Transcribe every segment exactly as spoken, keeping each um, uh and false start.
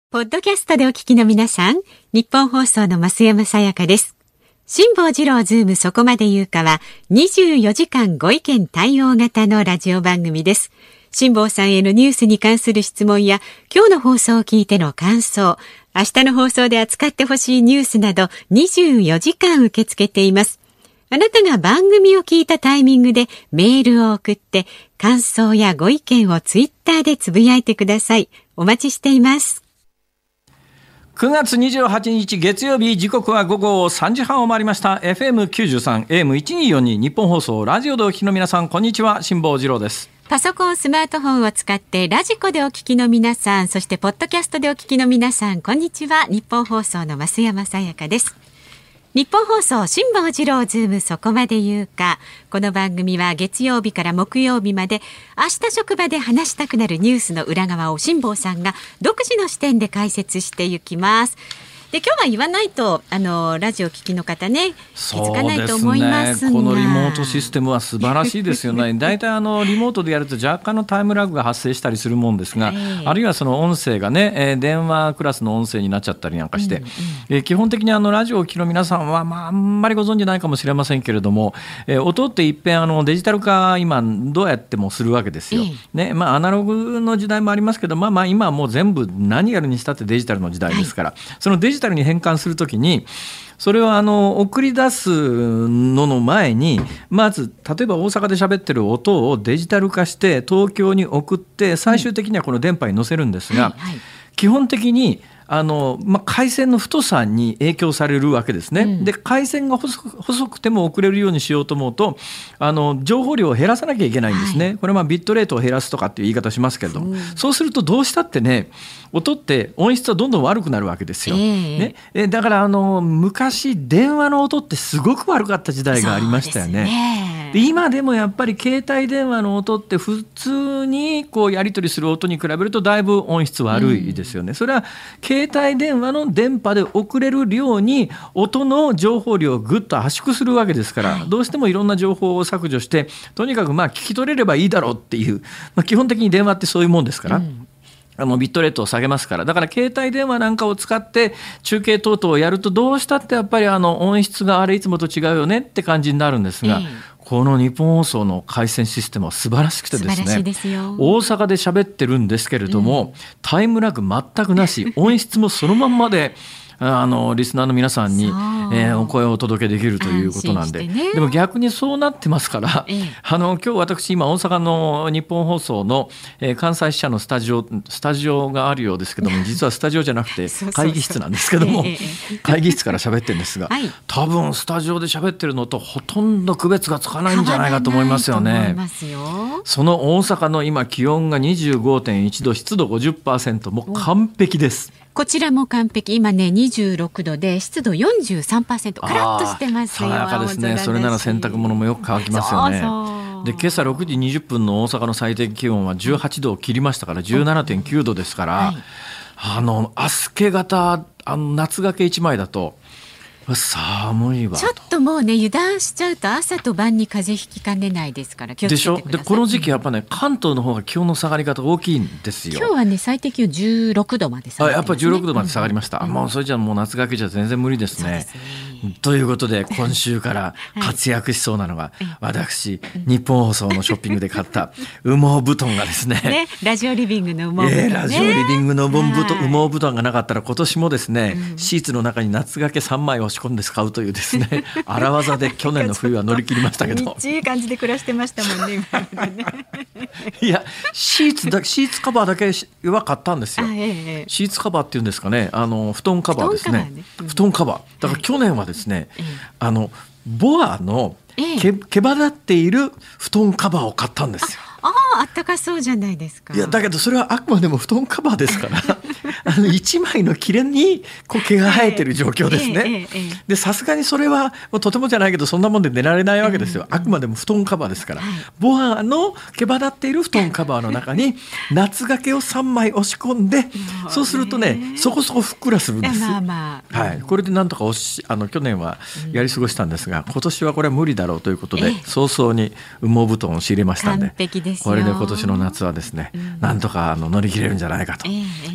ポッドキャストでお聞きの皆さん、日本放送の増山さやかです。辛坊治郎ズームそこまで言うかはにじゅうよじかんご意見対応型のラジオ番組です。辛坊さんへのニュースに関する質問や今日の放送を聞いての感想、明日の放送で扱ってほしいニュースなどにじゅうよじかん受け付けています。あなたが番組を聞いたタイミングでメールを送って感想やご意見をツイッターでつぶやいてください。お待ちしています。 くがつにじゅうはちにち月曜日、時刻は午後さんじはんを回りました。 エフエムきゅうじゅうさん エーエムせんにひゃくよんじゅうに 日本放送ラジオでお聞きの皆さん、こんにちは。辛坊治郎です。 パソコン、スマートフォンを使ってラジコでお聞きの皆さん、そしてポッドキャストでお聞きの皆さん、こんにちは。日本放送の増山さやかです。日本放送辛坊治郎ズームそこまで言うか。この番組は月曜日から木曜日まで、明日職場で話したくなるニュースの裏側を辛坊さんが独自の視点で解説していきます。で、今日は言わないとあのラジオ聞きの方ね、気づかないと思いますが、 このリモートシステムは素晴らしいですよね。だいたいあのリモートでやると若干のタイムラグが発生したりするもんですが、えー、あるいはその音声がね、えー、電話クラスの音声になっちゃったりなんかして、うんうん、えー、基本的にあのラジオを聞きの皆さんは、まあ、あんまりご存じないかもしれませんけれども、えー、音って一遍あのデジタル化今どうやってもするわけですよ、えーね。まあ、アナログの時代もありますけど、まあ、まあ今はもう全部何やるにしたってデジタルの時代ですから、はい、そのデジタルに変換するときにそれをあの送り出すのの前に、まず例えば大阪で喋ってる音をデジタル化して東京に送って最終的にはこの電波に乗せるんですが、はいはい、基本的にあの、まあ、回線の太さに影響されるわけですね、うん、で回線が 細, 細くても送れるようにしようと思うとあの情報量を減らさなきゃいけないんですね、はい、これはまあビットレートを減らすとかっていう言い方しますけれども、うん、そうするとどうしたってね、音って音質はどんどん悪くなるわけですよ、えーね、えだからあの昔電話の音ってすごく悪かった時代がありましたよね。で今でもやっぱり携帯電話の音って普通にこうやり取りする音に比べるとだいぶ音質悪いですよね、うん、それは携帯電話の電波で送れる量に音の情報量をぐっと圧縮するわけですから、はい、どうしてもいろんな情報を削除してとにかくまあ聞き取れればいいだろうっていう、まあ、基本的に電話ってそういうもんですから、うん、あのビットレートを下げますから。だから携帯電話なんかを使って中継等々をやるとどうしたってやっぱりあの音質があれいつもと違うよねって感じになるんですが、えーこの日本放送の回線システムは素晴らしくてですね、ですよ。大阪で喋ってるんですけれども、うん、タイムラグ全くなし、音質もそのまんまであのリスナーの皆さんに、えー、お声をお届けできるということなんで、ね、でも逆にそうなってますから、ええ、あの今日私今大阪の日本放送の、えー、関西支社のスタジオスタジオがあるようですけども、実はスタジオじゃなくて会議室なんですけども、会議室から喋ってるんですが、はい、多分スタジオで喋ってるのとほとんど区別がつかないんじゃないかと思いますよね。その大阪の今気温が にじゅうごてんいちど、湿度 ごじゅっパーセント、もう完璧です。 こちらも完璧。今ねにじゅうろくどで湿度 よんじゅうさんパーセント、 カラッとしてますよ。 爽やかですね。それなら洗濯物もよく乾きますよね。そうそう。で今朝ろくじにじゅっぷんの大阪の最低気温はじゅうはちどを切りましたから じゅうななてんきゅうどですから、はい、あの明け方あの夏掛けいちまいだと寒いわと。 ちょっともうね油断しちゃうと朝と晩に風邪ひきかねないですから気をつけてください。 でしょ。でこの時期やっぱね関東の方が気温の下がり方大きいんですよ。 今日はね最低気温じゅうろくどまで下がりますね。あやっぱじゅうろくどまで下がりました、うん、もうそれじゃもう夏掛けじゃ全然無理ですね。そうですね。ということで今週から活躍しそうなのが、はい、私日本放送のショッピングで買った羽毛布団がですね、ねラジオリビングの羽毛布団、ねえー、 ラジオリビングの羽毛布団、羽毛布団がなかったら今年もですね、うん、シーツの中に夏掛けさんまい押し込んで使うというですね荒技で去年の冬は乗り切りましたけどいい感じで暮らしてましたもんね今ねいやシーツだシーツカバーだけは買ったんですよ、ええ、シーツカバーっていうんですかね、あの布団カバーですね。布団カバーね、うん、布団カバーだから去年はですね、ええ、あのボアのけ毛羽立っている布団カバーを買ったんですよ。 ああ、あったかそうじゃないですか。 いやだけどそれはあくまでも布団カバーですからあのいちまいの切れにこう毛が生えてる状況ですね。でさすがにそれはもうとてもじゃないけどそんなもんで寝られないわけですよ、うんうん、あくまでも布団カバーですから、はい、ボアの毛羽立っている布団カバーの中に夏掛けをさんまい押し込んでそうするとねそこそこふっくらするんです、まあまあはい、これでなんとかおしあの去年はやり過ごしたんですが、今年はこれは無理だろうということで早々に羽毛布団を仕入れましたんで、 完璧ですよ。 これで今年の夏はですね、うん、なんとかあの乗り切れるんじゃないかという、えー、そんな状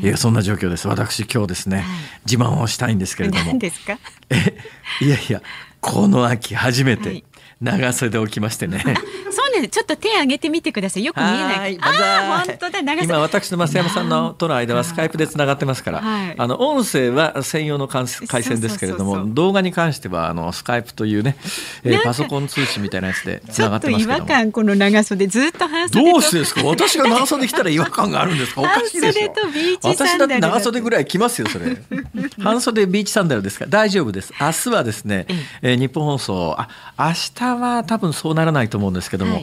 状況です。私今日ですね、はい、自慢をしたいんですけれども。 何ですか？ えいやいや、この秋初めて長袖を着ましてね、はい、 そうね、ちょっと手挙げてみてください。よく見えない。あ、本当だ、長袖。 今私と増山さんのとの間はスカイプでつながってますから、はい、あの音声は専用の回線ですけれども、そうそうそうそう、動画に関してはあのスカイプというね、えー、パソコン通信みたいなやつでつながってますけども、 ちょっと違和感、この長袖ずっと半袖と。 どうしてですか？私が長袖着たら違和感があるんですか？おかしいでしょ。 半袖とビーチサンダル。 私だって長袖ぐらい着ますよそれ。半袖ビーチサンダルですか？大丈夫です。明日はですね、えー、日本放送、あ、明日は多分そうならないと思うんですけども、はい、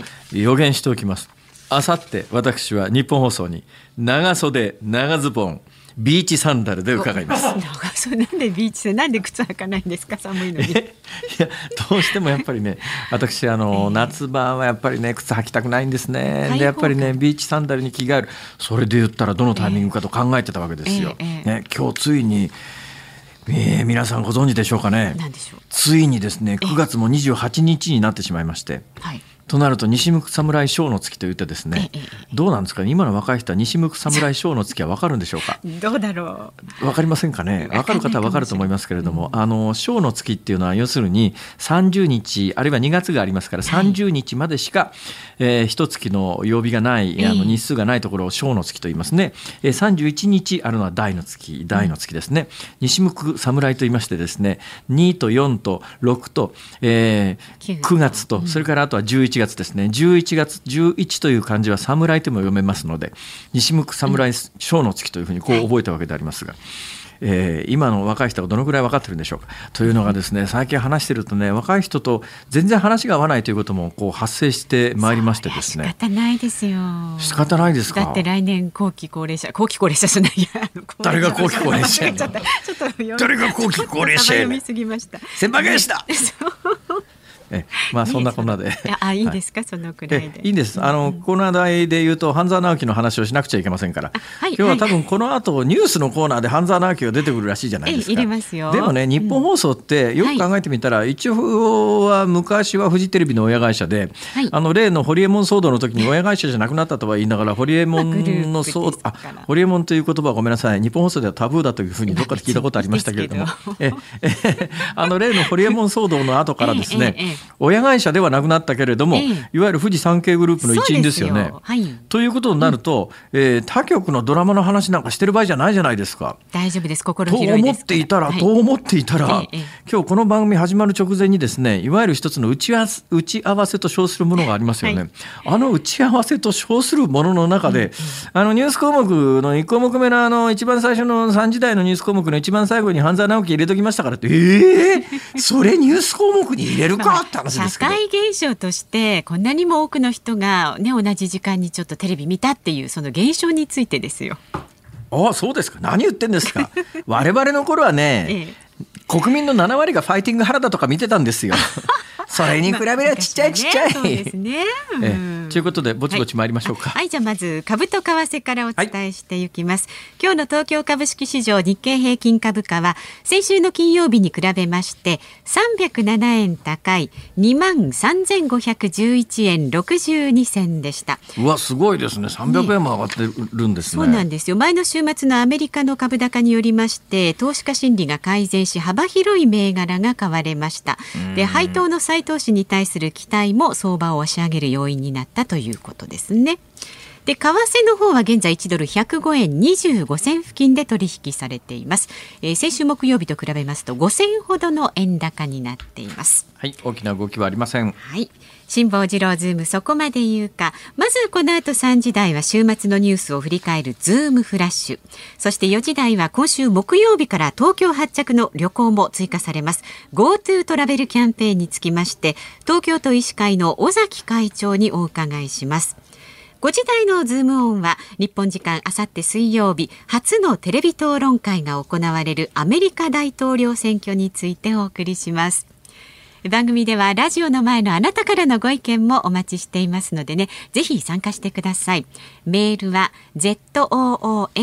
予言しておきます。あさって私は日本放送に長袖長ズボンビーチサンダルで伺います。 長袖なんでビーチでなんで靴履かないんですか？寒いのに。いや、どうしてもやっぱりね、私あの、えー、夏場はやっぱりね靴履きたくないんですね。でやっぱりねビーチサンダルに着替える。それで言ったらどのタイミングかと考えてたわけですよ、えーえーね、今日ついに、えー、皆さんご存知でしょうかね。 何でしょう。 ついにですねくがつもにじゅうはちにちになってしまいまして、はい、となると西向く侍ショーの月といってですね、ええ、どうなんですかね、今の若い人は西向く侍ショーの月は分かるんでしょうか？ どうだろう。分かりませんかね。分かる方は分かると思いますけれども、うん、あのショーの月っていうのは要するにさんじゅうにちあるいはにがつがありますからさんじゅうにちまでしか、はい、えー、一月の曜日がない、あの日数がないところをショーの月と言いますね、えー、さんじゅういちにちあるのは大の月大の月ですね、うん、西向く侍と言いましてですね、にとよんとろくと、えー、くがつと、それからあとはじゅういちがつですね。じゅういちがつじゅういちという漢字は侍とも読めますので、西向く侍ショーの月というふうにこう覚えたわけでありますが、えー、今の若い人はどのくらい分かってるんでしょうかというのがですね、最近話してるとね、若い人と全然話が合わないということもこう発生してまいりましてですね。 仕方ないですよ。 仕方ないですか。 だって来年後期高齢者後期高齢者じゃないや誰が後期高齢者やの誰が後期高齢者やの千葉県したえまあそんなこんなで、 あ、いいですか、はい、そのくらいでいいんです。あの、うん、この話題で言うと半沢直樹の話をしなくちゃいけませんから、はい、今日は多分この後ニュースのコーナーで半沢直樹が出てくるらしいじゃないですか。 入れますよ。 でもね、日本放送ってよく考えてみたら、うん、一応は昔はフジテレビの親会社で、はい、あの例のホリエモン騒動の時に親会社じゃなくなったとは言いながらホリエモンの騒動、あ、ホリエモンという言葉はごめんなさい、日本放送ではタブーだというふうにどっかで聞いたことありましたけれどもええあの例のホリエモン騒動の後からですね、ええええ、親会社ではなくなったけれども、ええ、いわゆるフジサンケイグループの一員ですよね。はい、ということになると、うん、えー、他局のドラマの話なんかしてる場合じゃないじゃないですか。 大丈夫です、心広いですから。と思っていたら、はい、と思っていたら、ええ、今日この番組始まる直前にですね、いわゆる一つの打ち合わせ、打ち合わせと称するものがありますよね、はい、あの打ち合わせと称するものの中で、うんうん、あのニュース項目のいち項目目のあの一番最初のさんじ台のニュース項目の一番最後に半沢直樹入れときましたからって、えー、それニュース項目に入れるかって話ですけど、 社会現象としてこんなにも多くの人が、ね、同じ時間にちょっとテレビ見たっていうその現象についてですよ。 ああ、そうですか。何言ってんですか。我々の頃はね、ええ、国民のななわりがファイティング原田とか見てたんですよ。それに比べればちっちゃいちっちゃい、まあね、そうですね、うん、えということでぼちぼち参りましょうか。 はい、はい、じゃあまず株と為替からお伝えしていきます、はい、今日の東京株式市場日経平均株価は先週の金曜日に比べましてさんびゃくななえん高い にまんさんぜんごひゃくじゅういちえんろくじゅうにせんでした。 うわ、すごいですね。さんびゃくえんも上がってるんですね。 そうなんですよ。前の週末のアメリカの株高によりまして投資家心理が改善し幅広い銘柄が買われました。で、配当の再投資に対する期待も相場を押し上げる要因になったということですね。で、為替の方は現在いちドルひゃくごえんにじゅうごせん付近で取引されています、えー、先週木曜日と比べますとごせんほどの円高になっています。 はい、大きな動きはありません。 はい、辛坊治郎ズームそこまで言うか。まずこの後さんじ台は週末のニュースを振り返るズームフラッシュ、そしてよじ台は今週木曜日から東京発着の旅行も追加されます GoTo トラベルキャンペーンにつきまして東京都医師会の尾崎会長にお伺いします。ごじ台のズームオンは日本時間あさって水曜日初のテレビ討論会が行われるアメリカ大統領選挙についてお送りします。番組ではラジオの前のあなたからのご意見もお待ちしていますのでね、ぜひ参加してください。メールは ズーム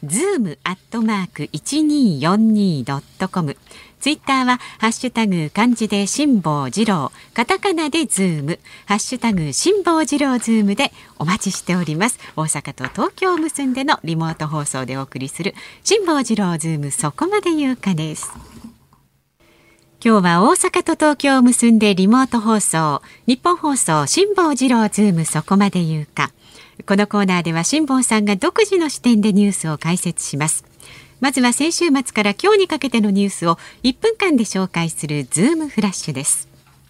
ズームアットマーク いちにーよんにードットコム、ツイッターはハッシュタグ漢字で辛坊治郎、カタカナでズーム、ハッシュタグ辛坊治郎ズームでお待ちしております。大阪と東京を結んでのリモート放送でお送りする辛坊治郎ズームそこまで言うかです。今日は大阪と東京を結んでリモート放送、日本放送辛坊治郎ズームそこまで言うか。このコーナーでは辛坊さんが独自の視点でニュースを解説します。まずは先週末から今日にかけてのニュースをいっぷんかんで紹介するズームフラッシュです。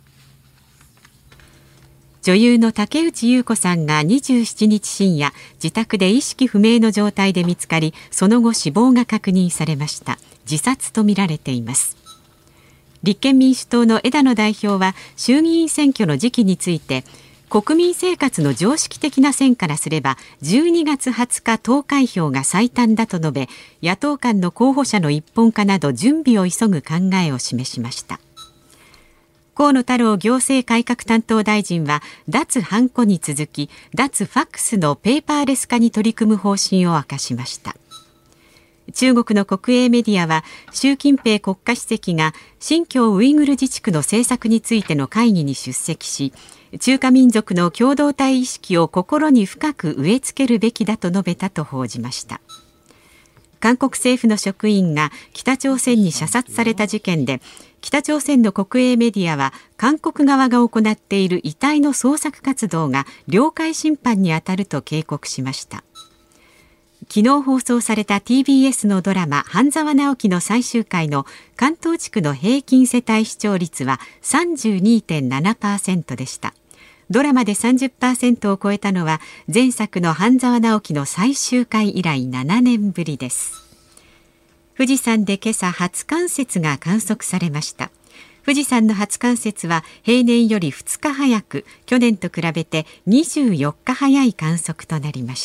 女優の竹内結子さんがにじゅうしちにち深夜、自宅で意識不明の状態で見つかり、その後死亡が確認されました。自殺とみられています。立憲民主党の枝野代表は衆議院選挙の時期について、国民生活の常識的な線からすればじゅうにがつはつか投開票が最短だと述べ、野党間の候補者の一本化など準備を急ぐ考えを示しました。河野太郎行政改革担当大臣は脱ハンコに続き脱ファックスのペーパーレス化に取り組む方針を明かしました。中国の国営メディアは習近平国家主席が新疆ウイグル自治区の政策についての会議に出席し、中華民族の共同体意識を心に深く植え付けるべきだと述べたと報じました。韓国政府の職員が北朝鮮に射殺された事件で、北朝鮮の国営メディアは韓国側が行っている遺体の捜索活動が領海侵犯にあたると警告しました。昨日放送された ティービーエス のドラマ半沢直樹の最終回の関東地区の平均世帯視聴率は さんじゅうにてんななパーセント でした。ドラマで さんじゅっパーセント を超えたのは前作の半沢直樹の最終回以来ななねんぶりです。富士山で今朝初冠雪が観測されました。富士山の初冠雪は平年よりふつか早く、去年と比べてにじゅうよっか早い観測となりました。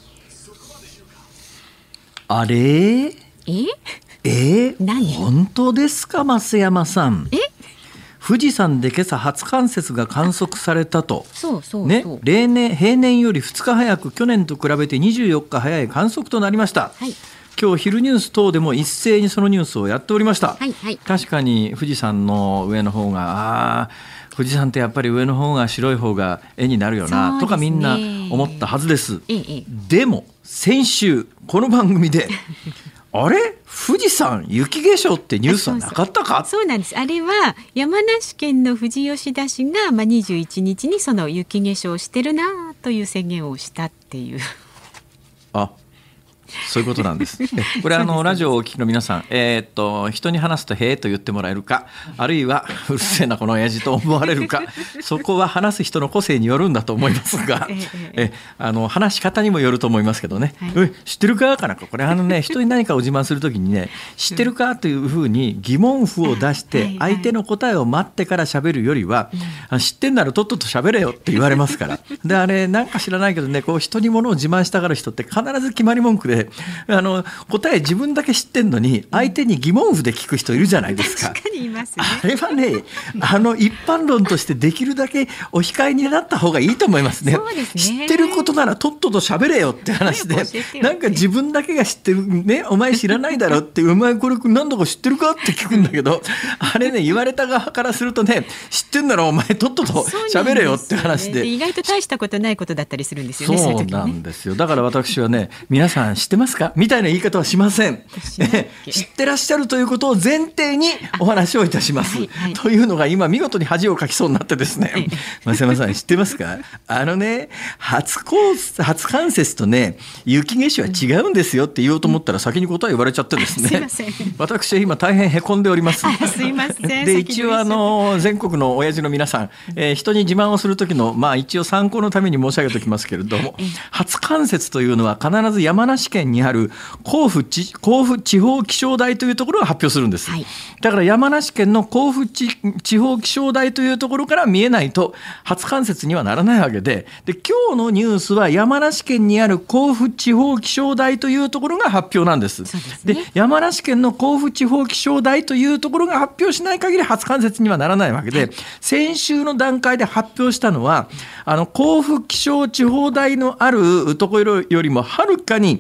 あれええ何本当ですか、増山さん。 え富士山で今朝初冠雪が観測されたと。 そうそうそう、 ね、例年平年よりふつか早く、去年と比べてにじゅうよっか早い観測となりました、はい、今日昼ニュース等でも一斉にそのニュースをやっておりました、 はいはい、 確かに富士山の上の方が、あ富士山ってやっぱり上の方が白い方が絵になるよな、とかみんな思ったはずです、ええ、でも先週この番組であれ富士山雪化粧ってニュースはなかったか。 そうそう、そうなんです。あれは山梨県の富士吉田市が、まあ、にじゅういちにちにその雪化粧をしてるなという宣言をしたっていう。 あ、そういうことなんですこれあのラジオをお聞きの皆さん、えー、っと人に話すとへーと言ってもらえるか、あるいはうるせえなこの親父と思われるかそこは話す人の個性によるんだと思いますがえあの話し方にもよると思いますけどね、はい、知ってるかかなんかこれあのね人に何かを自慢するときにね知ってるかというふうに疑問符を出して相手の答えを待ってから喋るよりは、知ってんならとっとと喋れよって言われますから。であれなんか知らないけどね、こう人に物を自慢したがる人って必ず決まり文句であの答え自分だけ知ってんのに相手に疑問符で聞く人いるじゃないですか。 確かにいますね。 あれはね、あの一般論としてできるだけお控えになった方がいいと思いますね。 そうですね。 知ってることならとっとと喋れよって話で、なんか自分だけが知ってるね、お前知らないだろって、お前これ何だか知ってるかって聞くんだけど、あれね言われた側からするとね、知ってんならお前とっとと喋れよって話 で, で、ね、意外と大したことないことだったりするんですよね。 そうなんですよ。だから私はね、皆さん知ってますかみたいな言い方はしません。知ってらっしゃるということを前提にお話をいたします、はいはい、というのが今見事に恥をかきそうになってですね増山さん知ってますか。あのね、初初冠雪とね雪化粧は違うんですよって言おうと思ったら先に答え言われちゃってですね、すいません、私は今大変へこんでおります。 すいません。 で一応あの全国の親父の皆さん、えー、人に自慢をする時のまあ一応参考のために申し上げておきますけれども、初冠雪というのは必ず山梨県にある甲府地、甲府地方気象台というところが発表するんです、はい、だから山梨県の甲府 地, 地方気象台というところから見えないと初冠雪にはならないわけ で, で今日のニュースは山梨県にある甲府地方気象台というところが発表なんです。 で, す、ね、で山梨県の甲府地方気象台というところが発表しない限り初冠雪にはならないわけで、はい、先週の段階で発表したのはあの甲府気象地方台のあるところよりもはるかに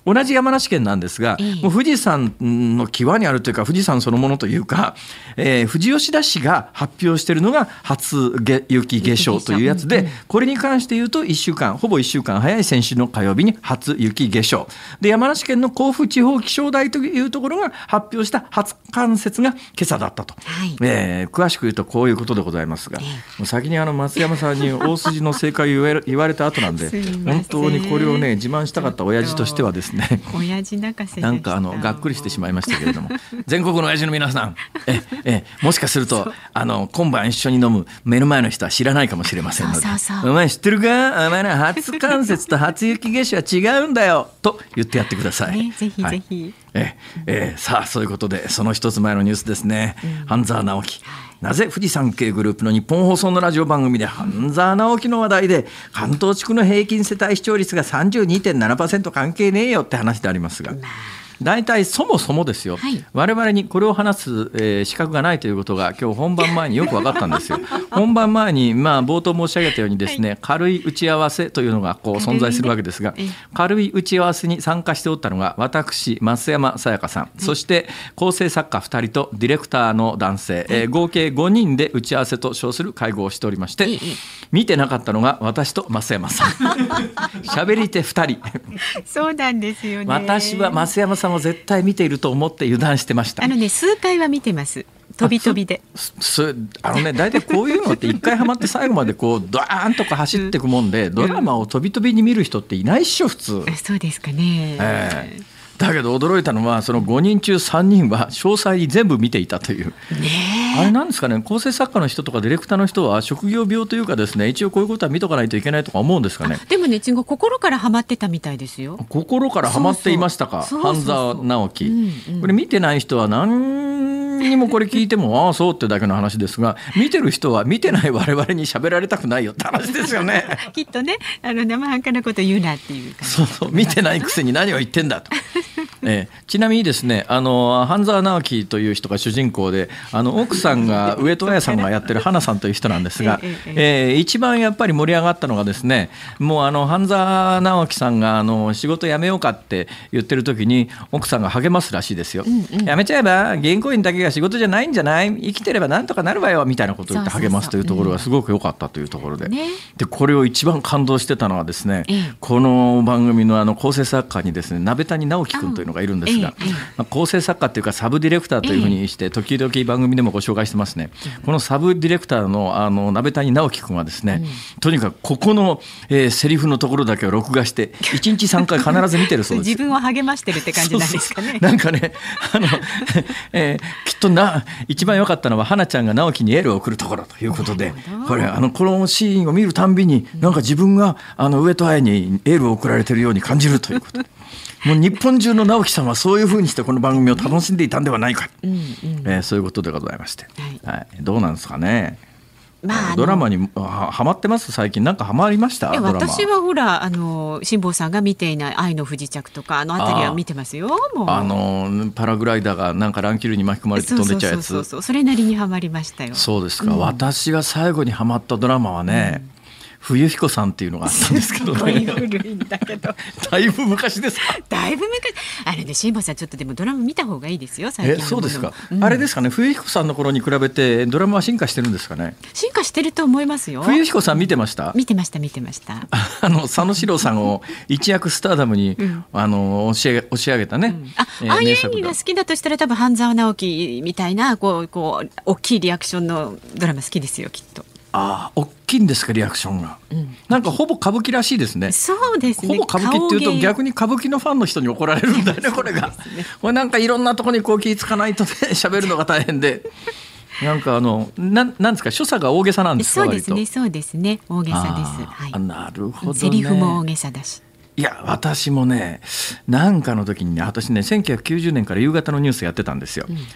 同じ山梨県なんですが、えー、もう富士山の際にあるというか富士山そのものというか、えー、富士吉田市が発表しているのが初雪化粧というやつで、うんうん、これに関して言うといっしゅうかんほぼいっしゅうかん早い先週の火曜日に初雪化粧で、山梨県の甲府地方気象台というところが発表した初冠雪が今朝だったと、はい、えー、詳しく言うとこういうことでございますが、えー、もう先にあの松山さんに大筋の正解を言われ、言われた後なんで本当にこれをね自慢したかった親父としてはですね親父泣かせでした。 なんかあのがっくりしてしまいましたけれども全国の親父の皆さん、ええもしかするとあの今晩一緒に飲む目の前の人は知らないかもしれませんので、そうそうそう、お前知ってるか、お前ら初冠雪と初雪化粧は違うんだよと言ってやってください、 ね、ぜひぜひ、はい、 ええさあそういうことでその一つ前のニュースですね、うん、半沢直樹、なぜ富士山系グループの日本放送のラジオ番組で半沢直樹の話題で関東地区の平均世帯視聴率が さんじゅうにてんななパーセント 関係ねえよって話でありますが、大体そもそもですよ、はい、我々にこれを話す、えー、資格がないということが今日本番前によく分かったんですよ本番前に、まあ、冒頭申し上げたようにですね、はい、軽い打ち合わせというのがこう存在するわけですが、軽い打ち合わせに参加しておったのが私増山さやかさん、はい、そして構成作家ふたりとディレクターの男性、はい、えー、合計ごにんで打ち合わせと称する会合をしておりまして、はい、見てなかったのが私と増山さん喋り手ふたりそうなんですよね。 私は増山さんを絶対見ていると思って油断してました。 あのね数回は見てます、飛び飛びで。 あのね、大体こういうのって一回ハマって最後までこうドーンとか走っていくもんで、ドラマを飛び飛びに見る人っていないっしょ普通。 そうですかね、 えーだけど驚いたのはそのごにん中さんにんは詳細に全部見ていたという、ね、あれなんですかね、構成作家の人とかディレクターの人は職業病というかですね、一応こういうことは見とかないといけないとか思うんですかね。 でもね、心からハマってたみたいですよ。 心からハマっていましたか。半沢直樹、うんうん、これ見てない人は何にもこれ聞いてもああそうってだけの話ですが、見てる人は見てない我々に喋られたくないよって話ですよねきっとね、あの生半可なこと言うなっていう感じ。 そうそう、見てないくせに何を言ってんだとえー、ちなみにですね、あの半沢直樹という人が主人公で、あの奥さんが上戸彩さんがやってる花さんという人なんですが、えー、一番やっぱり盛り上がったのがですね、もうあの半沢直樹さんがあの仕事辞めようかって言ってる時に奥さんが励ますらしいですよ、うんうん、辞めちゃえば銀行員だけが仕事じゃないんじゃない、生きてればなんとかなるわよみたいなことを言って励ますというところがすごく良かったというところで、でこれを一番感動してたのはですね、この番組のあの構成作家にですね、鍋谷直樹君というのがいるんですが、まあ、構成作家というかサブディレクターというふうにして時々番組でもご紹介してますね。このサブディレクターのあの鍋谷直樹君はですね、とにかくここの、えー、セリフのところだけを録画していちにちさんかい必ず見てるそうです。 自分を励ましてるって感じなんですかね。 そうそう、なんかね、あの、えー、きっとな一番良かったのは花ちゃんが直樹にエールを送るところということで、これあのこのシーンを見るたんびになんか自分があの上戸彩にエールを送られているように感じるということで、もう日本中の直樹さんはそういうふうにしてこの番組を楽しんでいたんではないか、うんうん、えー、そういうことでございまして、はいはい、どうなんですかね。まあ、ドラマにはハマってます。最近なんかハマりました。ドラマ。 私はほらあの辛坊さんが見ていない愛の不時着とかあのあたりは見てますよ。もうあのパラグライダーがなんか乱気流に巻き込まれて飛んでっちゃうやつ。 そうそうそうそう、それなりにハマりましたよ。 そうですか、うん、私が最後にハマったドラマはね、うん、冬彦さんっていうのがあったんですけどね。すごい古いんだけどだいぶ昔ですか。 だいぶ昔。あれね、辛坊さんちょっとでもドラマ見た方がいいですよ最近のもの。 え、そうですか、うん、あれですかね、冬彦さんの頃に比べてドラマは進化してるんですかね。 進化してると思いますよ。 冬彦さん見てました。 見てました見てましたあの佐野史郎さんを一躍スターダムに、うん、あの押し上げ、押し上げたね、うん、あ、 えー、ああいう演技が好きだとしたら多分半沢直樹みたいなこうこう大きいリアクションのドラマ好きですよきっと。 ああ、大きいんですかリアクションが、うん、なんかほぼ歌舞伎らしいですね。 そうですね、 ほぼ歌舞伎っていうと逆に歌舞伎のファンの人に怒られるんだよねこれが、ね、これなんかいろんなところにこう気ぃつかないとね喋るのが大変でなんかあのななんですか、所作が大げさなんですか。 そうですねそうですね大げさです、はい、 なるほどね。 セリフも大げさだし。 いや私もねなんかの時にね、私ねせんきゅうひゃくきゅうじゅうねんから夕方のニュースやってたんですよ、うん。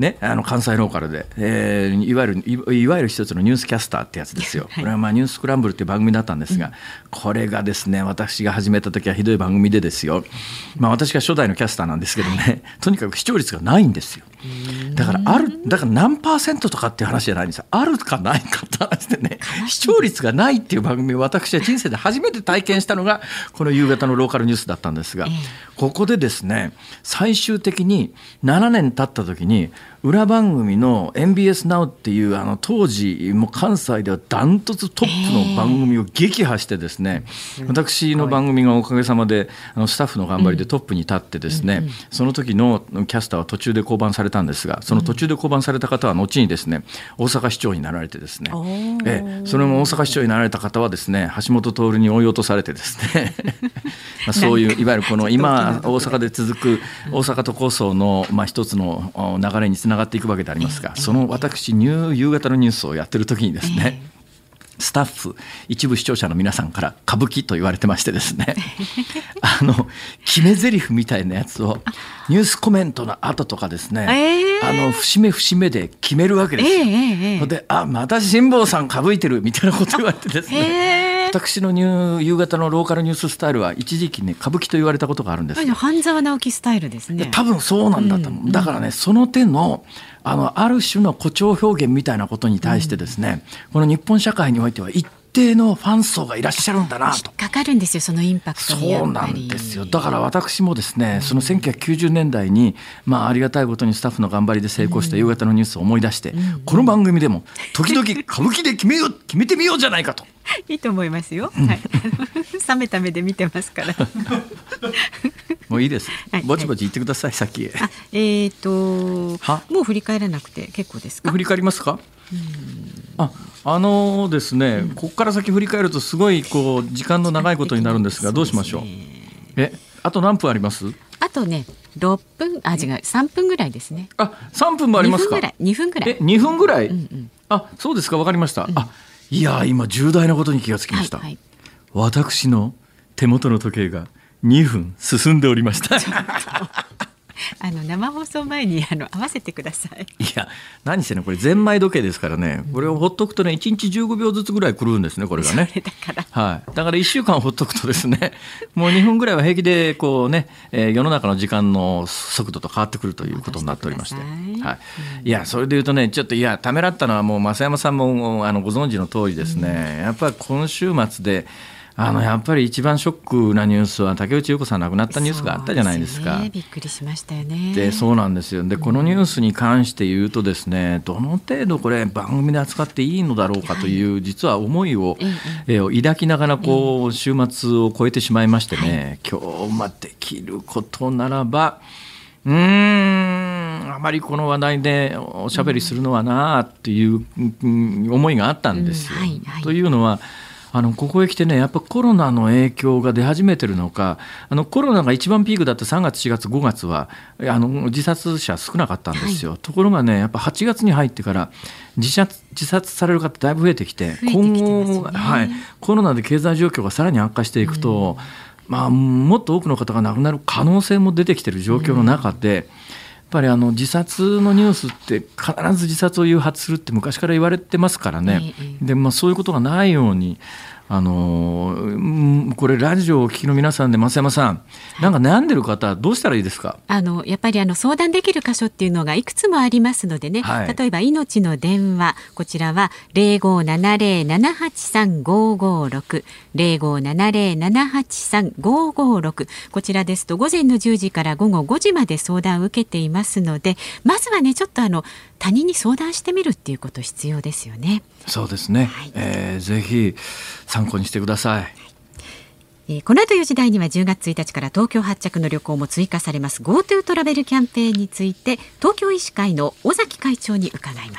ね、あの関西ローカルで、えー、いわゆるい, いわゆる一つのニュースキャスターってやつですよ。これはまあニュースクランブルっていう番組だったんですが、うん、これがですね私が始めた時はひどい番組でですよ、まあ、私が初代のキャスターなんですけどね、はい、とにかく視聴率がないんですよ。だからあるだから何パーセントとかっていう話じゃないんですよ。あるかないかって話でね、視聴率がないっていう番組を私は人生で初めて体験したのがこの夕方のローカルニュースだったんですが、ここでですね最終的にななねん経った時に裏番組の エヌビーエス ナウ っていうあの当時も関西ではダントツトップの番組を撃破してですね、私の番組がおかげさまであのスタッフの頑張りでトップに立ってですね、その時のキャスターは途中で降板されたんですが、その途中で降板された方は後にですね大阪市長になられてですね、えそれも大阪市長になられた方はですね橋本徹に追い落とされてですねまあそういういわゆるこの今大阪で続く大阪都構想のまあ一つの流れにつながっていくわけでありますが、その私ニュー夕方のニュースをやってる時にですね、スタッフ一部視聴者の皆さんから歌舞伎と言われてましてですねあの決め台詞みたいなやつをニュースコメントの後とかですね、えー、あの節目節目で決めるわけですよ、えーえー、であまた辛坊さん歌舞いてるみたいなこと言われてですね、私のニュー夕方のローカルニューススタイルは一時期ね歌舞伎と言われたことがあるんです。 半沢直樹スタイルですね。 多分そうなんだと思う、うん、だからねその手のあのある種の誇張表現みたいなことに対してですね、うん、この日本社会においては一定のファン層がいらっしゃるんだなと。 引っかかるんですよそのインパクトに。 そうなんですよ。だから私もですね、うん、そのせんきゅうひゃくきゅうじゅうねんだいに、まあ、ありがたいことにスタッフの頑張りで成功した夕方のニュースを思い出して、うん、この番組でも時々歌舞伎で決めよう決めてみようじゃないかといいと思いますよ、はい、冷めた目で見てますからもういいです、はい、ぼちぼち言ってください、はい、先へ。 あ、えーともう振り返らなくて結構ですか。 振り返りますか。うんああのー、ですね、うん、ここから先振り返るとすごいこう時間の長いことになるんですが、どうしましょう。えあと何分あります。 あとねろっぷんあ違うさんぷんぐらいですね。 あさんぷんもありますか。 にふんぐらい。 えにふんぐらい、うんうん、あそうですか、わかりました、うん、あいや今重大なことに気がつきました、はいはい、私の手元の時計がにふん進んでおりましたあの生放送前にあの合わせてください。 いや何してねこれゼンマイ時計ですからね、これをほっとくとねいちにちじゅうごびょうずつぐらい狂うんですねこれがね。 それだから、 はい、だからいっしゅうかんほっとくとですねもうにふんぐらいは平気でこうね、えー、世の中の時間の速度と変わってくるということになっておりまして、はい、いやそれで言うとねちょっといやためらったのはもう増山さんもあのご存知の通りですね、うん、やっぱり今週末であのやっぱり一番ショックなニュースは竹内優子さん亡くなったニュースがあったじゃないですか。 そうですね、びっくりしましたよね。 でそうなんですよ。でこのニュースに関して言うとですね、どの程度これ番組で扱っていいのだろうかという、はい、実は思いを、えー、抱きながらこう週末を超えてしまいましてね、はい、今日まできることならばうーんあまりこの話題でおしゃべりするのはなっていう、うん、思いがあったんですよ、うんはいはい、というのはあのここへ来てねやっぱコロナの影響が出始めてるのか、あのコロナが一番ピークだったさんがつしがつごがつはあの自殺者少なかったんですよ、はい、ところがねやっぱはちがつに入ってから自殺、自殺される方だいぶ増えてきて、今後、はい、コロナで経済状況がさらに悪化していくと、うんまあ、もっと多くの方が亡くなる可能性も出てきている状況の中で、うんやっぱりあの自殺のニュースって必ず自殺を誘発するって昔から言われてますからね、で、まあ、そういうことがないようにあのこれラジオをお聞きの皆さんで増山さん、なんか悩んでる方どうしたらいいですか。 あのやっぱりあの相談できる箇所っていうのがいくつもありますのでね、はい、例えば命の電話こちらは ゼロごーななゼロ ななはちさん ごーごーろく ゼロごーななゼロ ななはちさん ごーごーろくこちらですと午前のじゅうじから午後ごじまで相談を受けていますので、まずはねちょっとあの他人に相談してみるっていうこと必要ですよね。 そうですね、はいえー、ぜひ参考にしてください。 えー、この後よじ台にはじゅうがつついたちから東京発着の旅行も追加されます GoTo トラベルキャンペーンについて東京医師会の尾崎会長に伺います。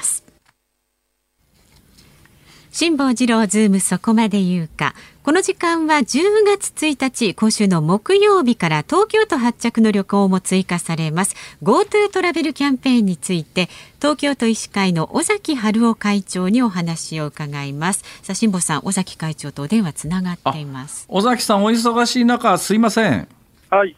辛坊治郎ズームそこまで言うか。この時間はじゅうがつついたち今週の木曜日から東京都発着の旅行も追加されます GoTo トラベルキャンペーンについて東京都医師会の尾崎春夫会長にお話を伺います。さあ辛坊さん、尾崎会長とお電話つながっています。 尾崎さんお忙しい中すいません。 はい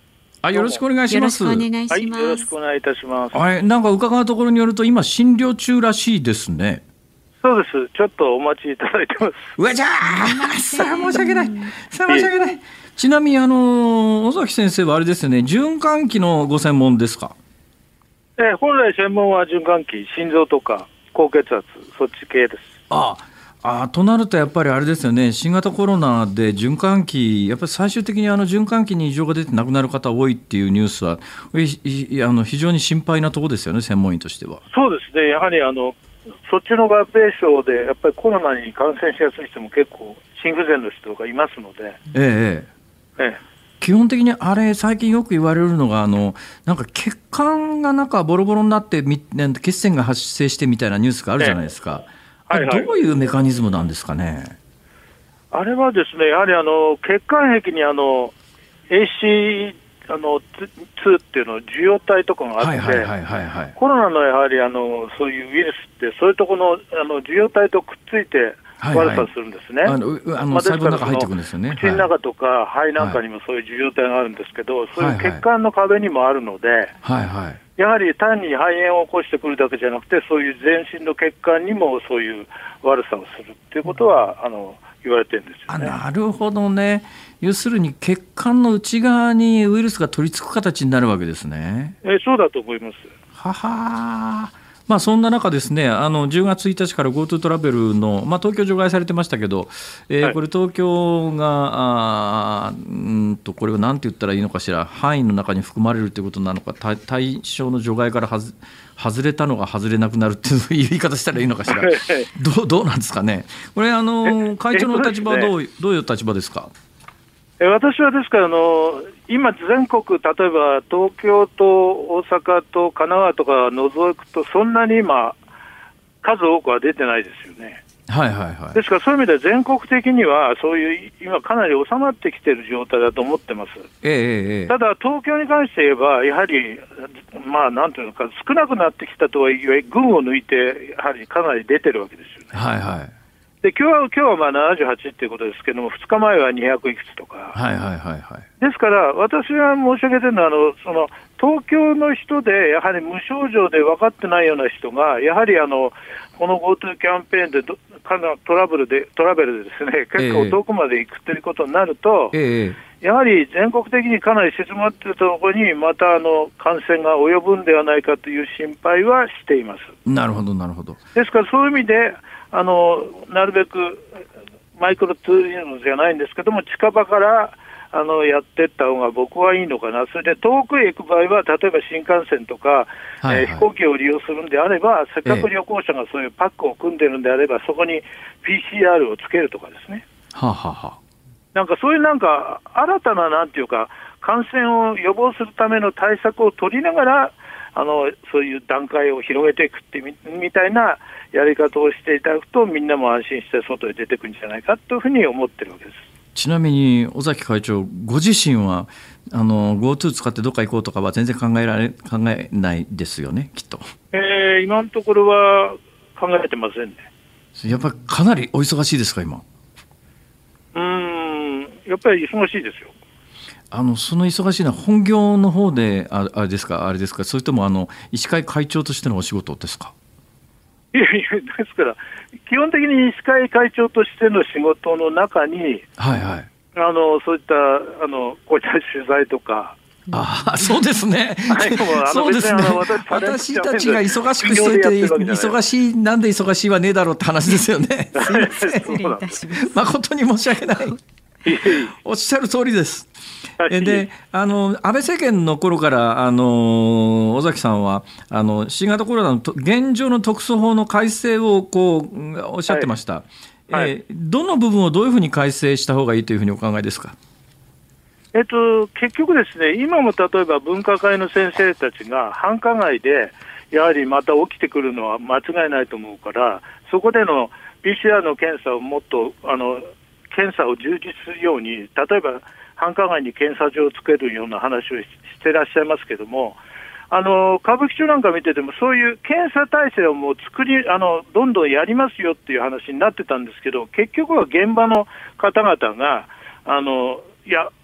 あ、よろしくお願いします。 よろしくお願いします。 はい、よろしくお願いいたします。 はい、なんか伺うところによると今診療中らしいですね。 そうです。ちょっとお待ちいただいてます。 うわじゃあさあ申し訳ないさあ申し訳ない。ちなみにあの尾崎先生はあれですよね、循環器のご専門ですか？ えー、本来専門は循環器、心臓とか高血圧、そっち系です。 ああ、あとなるとやっぱりあれですよね、新型コロナで循環器、やっぱり最終的にあの循環器に異常が出て亡くなる方多いっていうニュースは、いあの非常に心配なところですよね、専門医としては。 そうですね、やはりあのそっちの合併症で、やっぱりコロナに感染しやすい人も結構、心不全の人がいますので。 ええええ、基本的にあれ、最近よく言われるのが、あのなんか血管がなんかボロボロになって、血栓が発生してみたいなニュースがあるじゃないですか。ええ、はいはい、どういうメカニズムなんですかね。 あれはですね、やはりあの血管壁にあの エーシー あのにっていうの受容体とかがあって、コロナのやはりあのそういうウイルスって、そういうところのあの受容体とくっついて悪さするんですね。 はいはい、あのあの細胞の中入っていくんですよね。 口の中とか肺なんかにもそういう受容体があるんですけど、はい、そういう血管の壁にもあるので、はいはい、やはり単に肺炎を起こしてくるだけじゃなくて、そういう全身の血管にもそういう悪さをするっていうことは、うん、あの言われてるんですよね。 あ、なるほどね。要するに血管の内側にウイルスが取り付く形になるわけですね。 えそうだと思います。 はは、まあ、そんな中ですね、あのじゅうがつついたちから GoTo トラベルの、まあ、東京除外されてましたけど、えーはい、これ東京があうんとこれを何て言ったらいいのかしら、範囲の中に含まれるということなのか、対象の除外からはず外れたのが外れなくなるっていう言い方したらいいのかしらどう、どうなんですかね。これあの会長の立場はどう、ね、どういう立場ですか。 私はですからあの今全国、例えば東京と大阪と神奈川とか除くとそんなに今数多くは出てないですよね。 はいはいはい、 ですからそういう意味では全国的にはそういう今かなり収まってきている状態だと思ってます。 ええ、 ただ東京に関して言えばやはりまあなんていうのか少なくなってきたとはいえ群を抜いてやはりかなり出てるわけですよね。 はいはい、 で今日は、今日はまあななじゅうはちということですけども、ふつかまえはにひゃくいくつとか、 はいはいはいはい、 ですから私が申し上げてるのはあのその東京の人でやはり無症状で分かってないような人がやはりあのこの GoTo キャンペーンでどかなトラブルでトラベルでですね結構遠くまで行くということになると、ええ、やはり全国的にかなり静まっているところにまたあの感染が及ぶんではないかという心配はしています。 なるほどなるほど。 ですからそういう意味であのなるべくマイクロツーリズムじゃないんですけども近場からあのやっていった方が僕はいいのかな。それで遠くへ行く場合は例えば新幹線とか、はいはい、えー、飛行機を利用するんであればせっかく旅行者がそういうパックを組んでるんであれば、ええ、そこに ピーシーアール をつけるとかですね、 はあはあ、 なんかそういうなんか新たななんていうか感染を予防するための対策を取りながらあのそういう段階を広げていくってみ、みたいなやり方をしていただくとみんなも安心して外へ出てくるんじゃないかというふうに思ってるわけです。 ちなみに尾崎会長ご自身はあの GoTo 使ってどっか行こうとかは全然考えられ考えないですよね、きっと。 えー、今のところは考えてませんね。 やっぱりかなりお忙しいですか今。 うーんやっぱり忙しいですよ。 あのその忙しいのは本業の方でああれですかあれですか、それともあの医師会会長としてのお仕事ですか。 いやいやですから基本的に医師会会長としての仕事の中に、はいはい、あのそういったあのこういった取材とか、 ああそうですね、 はい、 そうですね、私たちが忙しくしてて忙しいなんで忙しいはねえだろうって話ですよね。すいません失礼いたします。誠に申し訳ないおっしゃる通りです。であの安倍政権の頃からあの尾崎さんはあの新型コロナの現状の特措法の改正をこうおっしゃってました、はいはい、えー、どの部分をどういうふうに改正した方がいいというふうにお考えですか。 えっと、結局ですね今も例えば分科会の先生たちが繁華街でやはりまた起きてくるのは間違いないと思うから、そこでの ピーシーアール の検査をもっとあの検査を充実するように、例えば繁華街に検査場をつけるような話をしてらっしゃいますけども、あの歌舞伎町なんか見ててもそういう検査体制をもう作りあのどんどんやりますよっていう話になってたんですけど、結局は現場の方々があのいや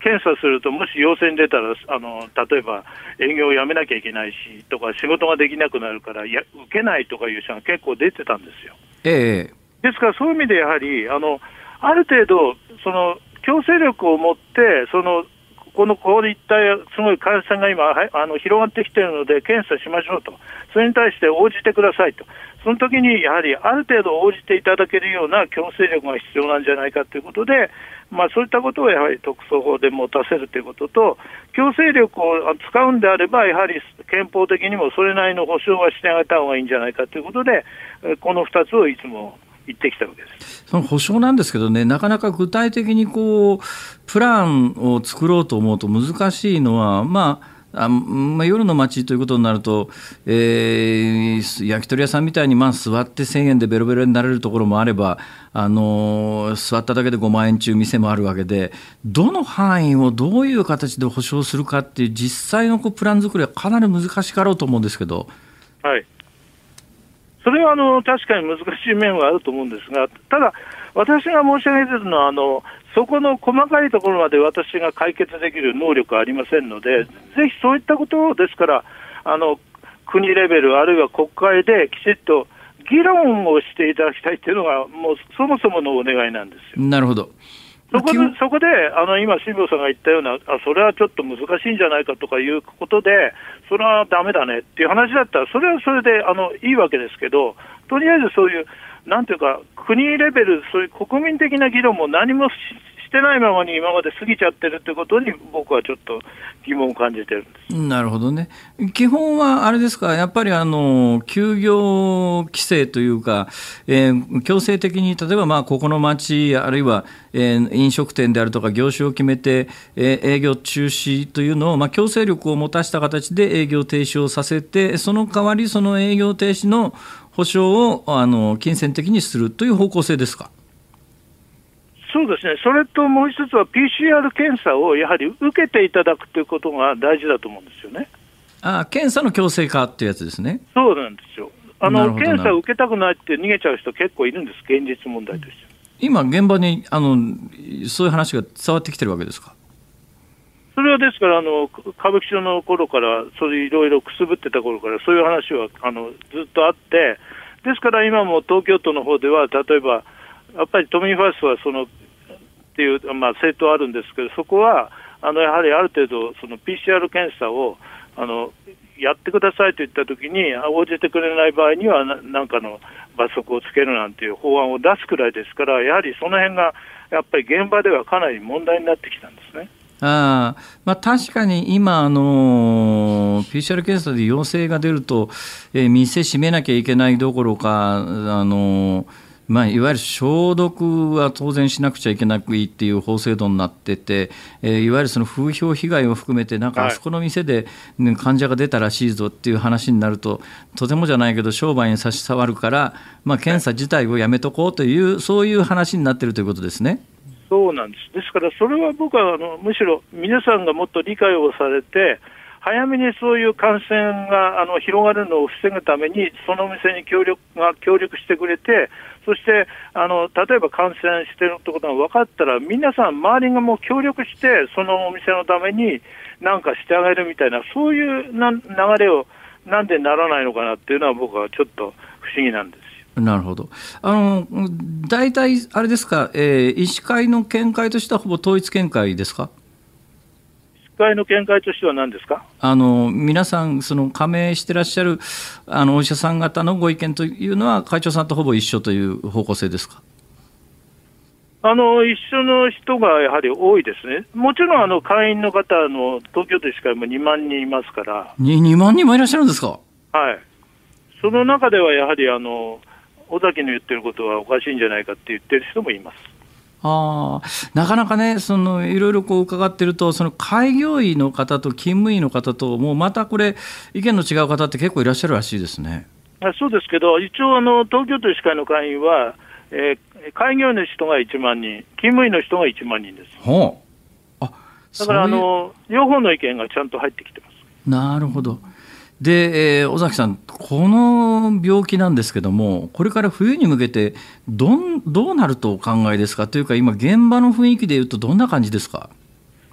検査すると、もし陽性に出たら、あの例えば営業をやめなきゃいけないしとか、仕事ができなくなるからや受けないとかいう人が結構出てたんですよ。 ええ、 ですから、そういう意味でやはり、あのある程度、その強制力を持って、そのこのここで一体、すごい感染が今、はい、あの広がってきているので、検査しましょうと、それに対して応じてくださいと、その時にやはりある程度応じていただけるような強制力が必要なんじゃないかということで、まあ、そういったことをやはり特措法で持たせるということと、強制力を使うんであれば、やはり憲法的にもそれなりの保障はしてあげた方がいいんじゃないかということで、このふたつをいつも言ってきたわけです。 その保障なんですけどね、なかなか具体的にこうプランを作ろうと思うと難しいのは、まああまあ、夜の街ということになると、えー、焼き鳥屋さんみたいに、まあ、座ってせんえんでベロベロになれるところもあれば、あのー、座っただけでごまんえん中店もあるわけで、どの範囲をどういう形で保証するかっていう実際のこうプラン作りはかなり難しかろうと思うんですけど。 はい、それはあの確かに難しい面はあると思うんですが、ただ私が申し上げているのは、あのそこの細かいところまで私が解決できる能力はありませんので、ぜひそういったことを、ですからあの国レベルあるいは国会できちっと議論をしていただきたいというのがもうそもそものお願いなんですよ。 なるほど。 そこで、そこであの今辛坊さんが言ったような、あそれはちょっと難しいんじゃないかとかいうことで、それはダメだねっていう話だったら、それはそれであのいいわけですけど、とりあえずそういうなんていうか国レベル、そういう国民的な議論も何も し, してないままに今まで過ぎちゃってるということに、僕はちょっと疑問を感じてるんです。 なるほどね。基本はあれですか、やっぱりあの休業規制というか、えー、強制的に例えばまあここの町あるいは、えー、飲食店であるとか業種を決めて、えー、営業中止というのを、まあ、強制力を持たした形で営業停止をさせて、その代わりその営業停止の保証をあの金銭的にするという方向性ですか。 そうですね、それともう一つは ピーシーアール 検査をやはり受けていただくということが大事だと思うんですよね。 あ、検査の強制化っていうやつですね。 そうなんですよ。あの検査を受けたくないって逃げちゃう人結構いるんです、現実問題として。 今現場にあのそういう話が伝わってきてるわけですか。 それはですから、あの歌舞伎町の頃から、そういういろいろくすぶってた頃から、そういう話はあのずっとあって、ですから今も東京都の方では、例えば、やっぱり都民ファーストはそのっていう、まあ、政党あるんですけど、そこはあのやはりある程度、その ピーシーアール 検査をあのやってくださいと言ったときに、応じてくれない場合にはな、なんかの罰則をつけるなんていう法案を出すくらいですから、やはりその辺がやっぱり現場ではかなり問題になってきたんですね。 あまあ、確かに今、あの ピーシーアール 検査で陽性が出ると、えー、店閉めなきゃいけないどころか、あのまあ、いわゆる消毒は当然しなくちゃいけないっていう法制度になってて、えー、いわゆるその風評被害を含めて、なんかあそこの店で、ね、患者が出たらしいぞっていう話になると、とてもじゃないけど商売に差し障るから、まあ、検査自体をやめとこうという、そういう話になっているということですね。 そうなんです。ですからそれは僕はあのむしろ皆さんがもっと理解をされて、早めにそういう感染があの広がるのを防ぐために、そのお店に協力が協力してくれて、そしてあの例えば感染しているということが分かったら、皆さん周りがもう協力して、そのお店のために何かしてあげるみたいな、そういうな流れをなんでならないのかなっていうのは、僕はちょっと不思議なんです。 なるほど。あの大体あれですか、えー、医師会の見解としてはほぼ統一見解ですか。 医師会の見解としては何ですか。 あの皆さんその加盟してらっしゃるあのお医者さん方のご意見というのは会長さんとほぼ一緒という方向性ですか。 あの一緒の人がやはり多いですね。もちろんあの会員の方の東京都医師会もにまんにんいますから。 に, にまんにんもいらっしゃるんですか。 はい。その中ではやはりあの尾崎の言ってることはおかしいんじゃないかって言ってる人もいます。 あなかなかね、そのいろいろこう伺ってると、その開業医の方と勤務医の方と、もうまたこれ意見の違う方って結構いらっしゃるらしいですね。 あそうですけど、一応あの東京都医師会の会員は、えー、開業医の人がいちまんにん、勤務医の人がいちまんにんです。 ほう。あだからあの両方の意見がちゃんと入ってきてます。 なるほど。で、えー、尾崎さん、この病気なんですけども、これから冬に向けてどんどうなるとお考えですか。というか、今現場の雰囲気でいうとどんな感じですか。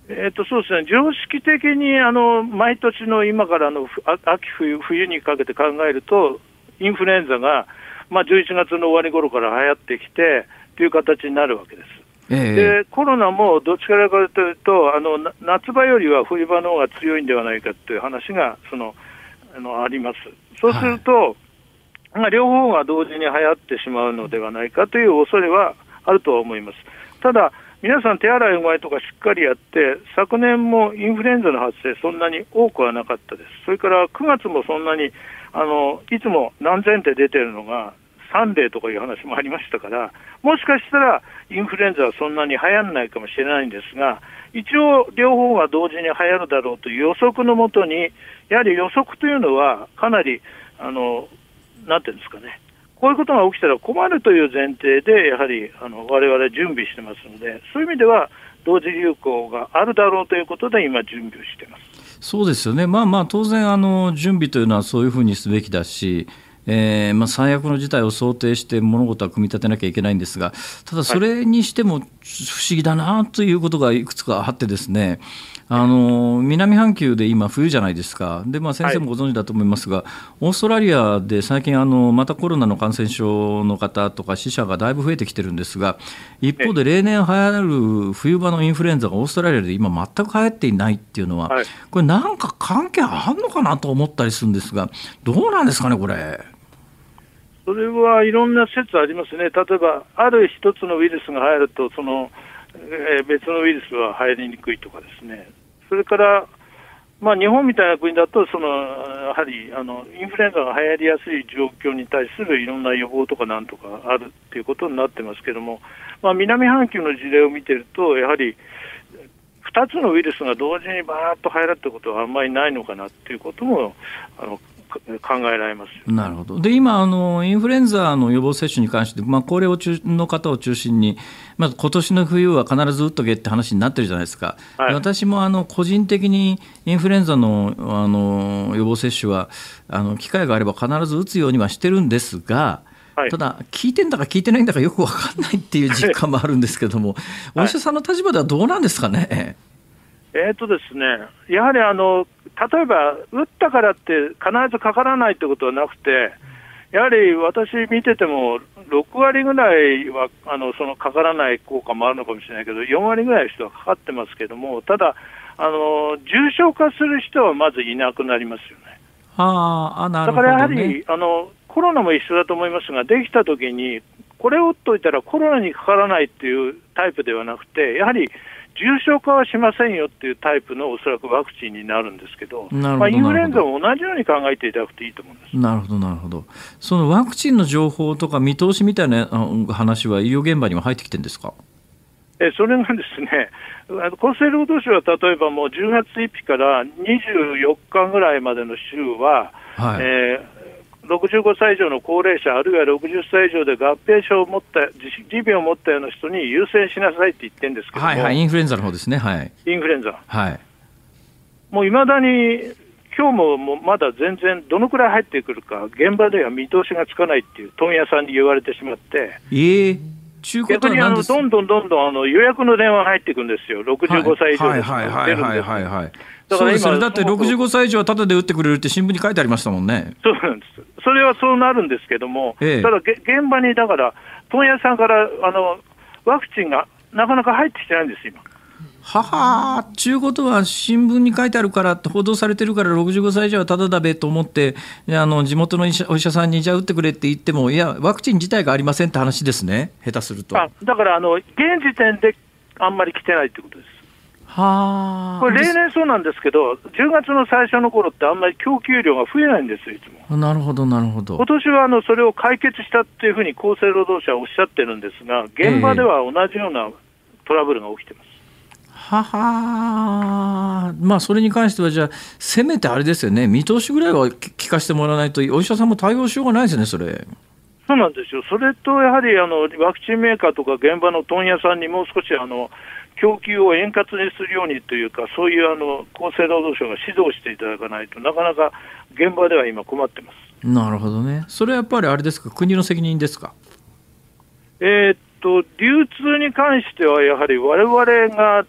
えー、とそうですね、常識的にあの毎年の今からの秋冬、冬にかけて考えると、インフルエンザが、まあ、じゅういちがつの終わり頃から流行ってきてという形になるわけです。ええ、でコロナもどっちからかというと、あの夏場よりは冬場の方が強いんではないかという話がそのあのあります。そうすると、はい、まあ、両方が同時に流行ってしまうのではないかという恐れはあるとは思います。ただ皆さん手洗いうがいとかしっかりやって、昨年もインフルエンザの発生そんなに多くはなかったです。それからくがつもそんなにあのいつも何千って出てるのがさんれいとかいう話もありましたから、もしかしたらインフルエンザはそんなに流行らないかもしれないんですが、一応両方が同時に流行るだろうという予測のもとに、やはり予測というのはかなりあのなんていうんですかね、こういうことが起きたら困るという前提でやはりあの我々準備してますので、そういう意味では同時流行があるだろうということで今準備をしています。 そうですよね、まあ、まあ当然あの準備というのはそういうふうにすべきだし、えーまあ、最悪の事態を想定して物事は組み立てなきゃいけないんですが、ただそれにしても不思議だなということがいくつかあってですね、あの南半球で今冬じゃないですか。で、まあ、先生もご存知だと思いますが、はい、オーストラリアで最近あのまたコロナの感染症の方とか死者がだいぶ増えてきてるんですが、一方で例年流行る冬場のインフルエンザがオーストラリアで今全く流行っていないっていうのは、はい、これなんか関係あるのかなと思ったりするんですが、どうなんですかねこれ。 それはいろんな説ありますね。例えばある一つのウイルスが入るとその、えー、別のウイルスは入りにくいとかですね。それから、まあ、日本みたいな国だとそのやはりあのインフルエンザが流行りやすい状況に対するいろんな予防とかなんとかあるということになってますけども、まあ、南半球の事例を見てるとやはりふたつのウイルスが同時にバーッと入るということはあんまりないのかなということもあの考えられます。 なるほど。で今あのインフルエンザの予防接種に関して、まあ、高齢の方を中心に、まあ、今年の冬は必ず打っとけって話になってるじゃないですか、はい、私もあの個人的にインフルエンザ の, あの予防接種はあの機会があれば必ず打つようにはしてるんですが、はい、ただ効いてんだか効いてないんだかよく分かんないっていう実感もあるんですけども、はい、お医者さんの立場ではどうなんですかね。 えーとですね、やはりあの例えば打ったからって必ずかからないということはなくて、やはり私見ててもろくわりぐらいはあのそのかからない効果もあるのかもしれないけど、よんわりぐらいの人はかかってますけども、ただあの重症化する人はまずいなくなりますよね。 ああ、なるほどね。 だからやはりあのコロナも一緒だと思いますが、できたときにこれを打っといたらコロナにかからないっていうタイプではなくて、やはり重症化はしませんよっていうタイプのおそらくワクチンになるんですけど、まあ、インフルエンザも同じように考えていただくといいと思うんです。 なるほどなるほど。そのワクチンの情報とか見通しみたいな話は医療現場には入ってきてるんですか。 えそれがですね、厚生労働省は例えばもうじゅうがつついたちからにじゅうよっかぐらいまでの週は、はい、えーろくじゅうごさい以上の高齢者、あるいはろくじゅっさい以上で合併症を持った持病を持ったような人に優先しなさいって言ってるんですけども、 はいはい、インフルエンザの方ですね、はい、 インフルエンザ、 はい、 もういまだに今日ももうまだ全然どのくらい入ってくるか現場では見通しがつかないっていう問屋さんに言われてしまって、 えー、中古逆にあのどんどんどんどんあの予約の電話が入ってくるんですよ、ろくじゅうごさい以上ですから出るんです。 だから今そうですね、だってろくじゅうごさい以上はタダで打ってくれるって新聞に書いてありましたもんね。 そうなんです。それはそうなるんですけども、ええ、ただ現場にだから問屋さんからあのワクチンがなかなか入ってきてないんです今。 ははー、ちゅうことは新聞に書いてあるから報道されてるからろくじゅうごさい以上はタダだべと思ってあの地元の医者お医者さんにじゃあ打ってくれって言っても、いやワクチン自体がありませんって話ですね、下手すると。 あだからあの現時点であんまり来てないってことです。 はこれ例年そうなんですけど、じゅうがつの最初の頃ってあんまり供給量が増えないんですよいつも。 なるほどなるほど。 今年はあのそれを解決したっていうふうに厚生労働省はおっしゃってるんですが、現場では同じようなトラブルが起きてます。 はは、まあそれに関してはじゃあせめてあれですよね、見通しぐらいは聞かせてもらわないとお医者さんも対応しようがないですよねそれ。 そうなんですよ。それとやはりあのワクチンメーカーとか現場の問屋さんにもう少しあの供給を円滑にするようにというか、そういうあの厚生労働省が指導していただかないとなかなか現場では今困ってます。 なるほどね。それはやっぱりあれですか、国の責任ですか。 えー、っと流通に関してはやはり我々が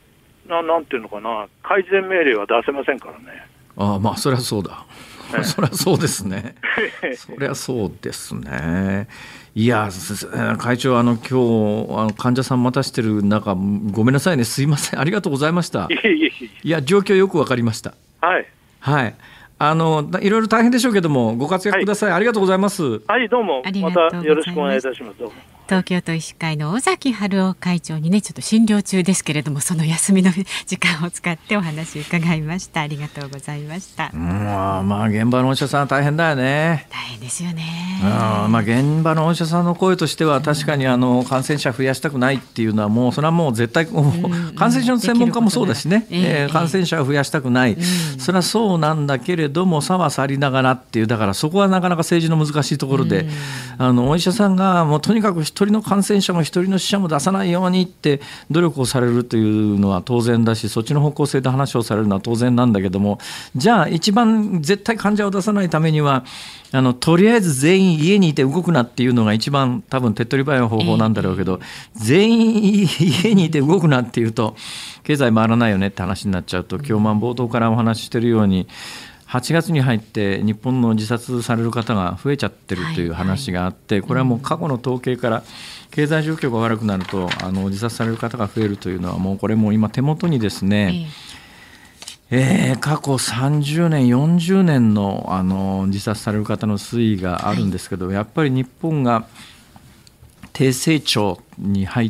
な, なんていうのかな、改善命令は出せませんからね。 ああ、まあそりゃそうだそりゃそうですねそりゃそうですね。いや会長、あの今日あの患者さん待たしてる中ごめんなさいね、すいません、ありがとうございました。 いえいえいえ。 いや状況よくわかりました。 はい、 はい、あのいろいろ大変でしょうけどもご活躍ください、はい、ありがとうございます。 はい、どうもまたよろしくお願いいたします。どうも。 東京都医師会の尾崎春夫会長にね、ちょっと診療中ですけれども、その休みの時間を使ってお話伺いました。ありがとうございました。 うん、まあ現場のお医者さんは大変だよね。 大変ですよね。 あ、まあ、現場のお医者さんの声としては確かにあの感染者増やしたくないっていうのはもうそれはもう絶対、うん、感染症の専門家もそうだしね、えー、感染者を増やしたくない、うん、それはそうなんだけれども差は去りながらっていう、だからそこはなかなか政治の難しいところで、うん、あのお医者さんがもうとにかく一人の感染者も一人の死者も出さないようにって努力をされるというのは当然だし、そっちの方向性で話をされるのは当然なんだけども、じゃあ一番絶対患者を出さないためにはあのとりあえず全員家にいて動くなっていうのが一番多分手っ取り早い方法なんだろうけど、えー、全員家にいて動くなっていうと経済回らないよねって話になっちゃうと、今日冒頭からお話ししているようにはちがつに入って日本の自殺される方が増えちゃってるという話があって、これはもう過去の統計から経済状況が悪くなるとあの自殺される方が増えるというのはもうこれも今手元にですね、えー、過去さんじゅうねんよんじゅうねん の, あの自殺される方の推移があるんですけど、やっぱり日本が低成長に入って、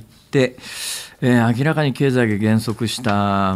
えー、明らかに経済が減速した、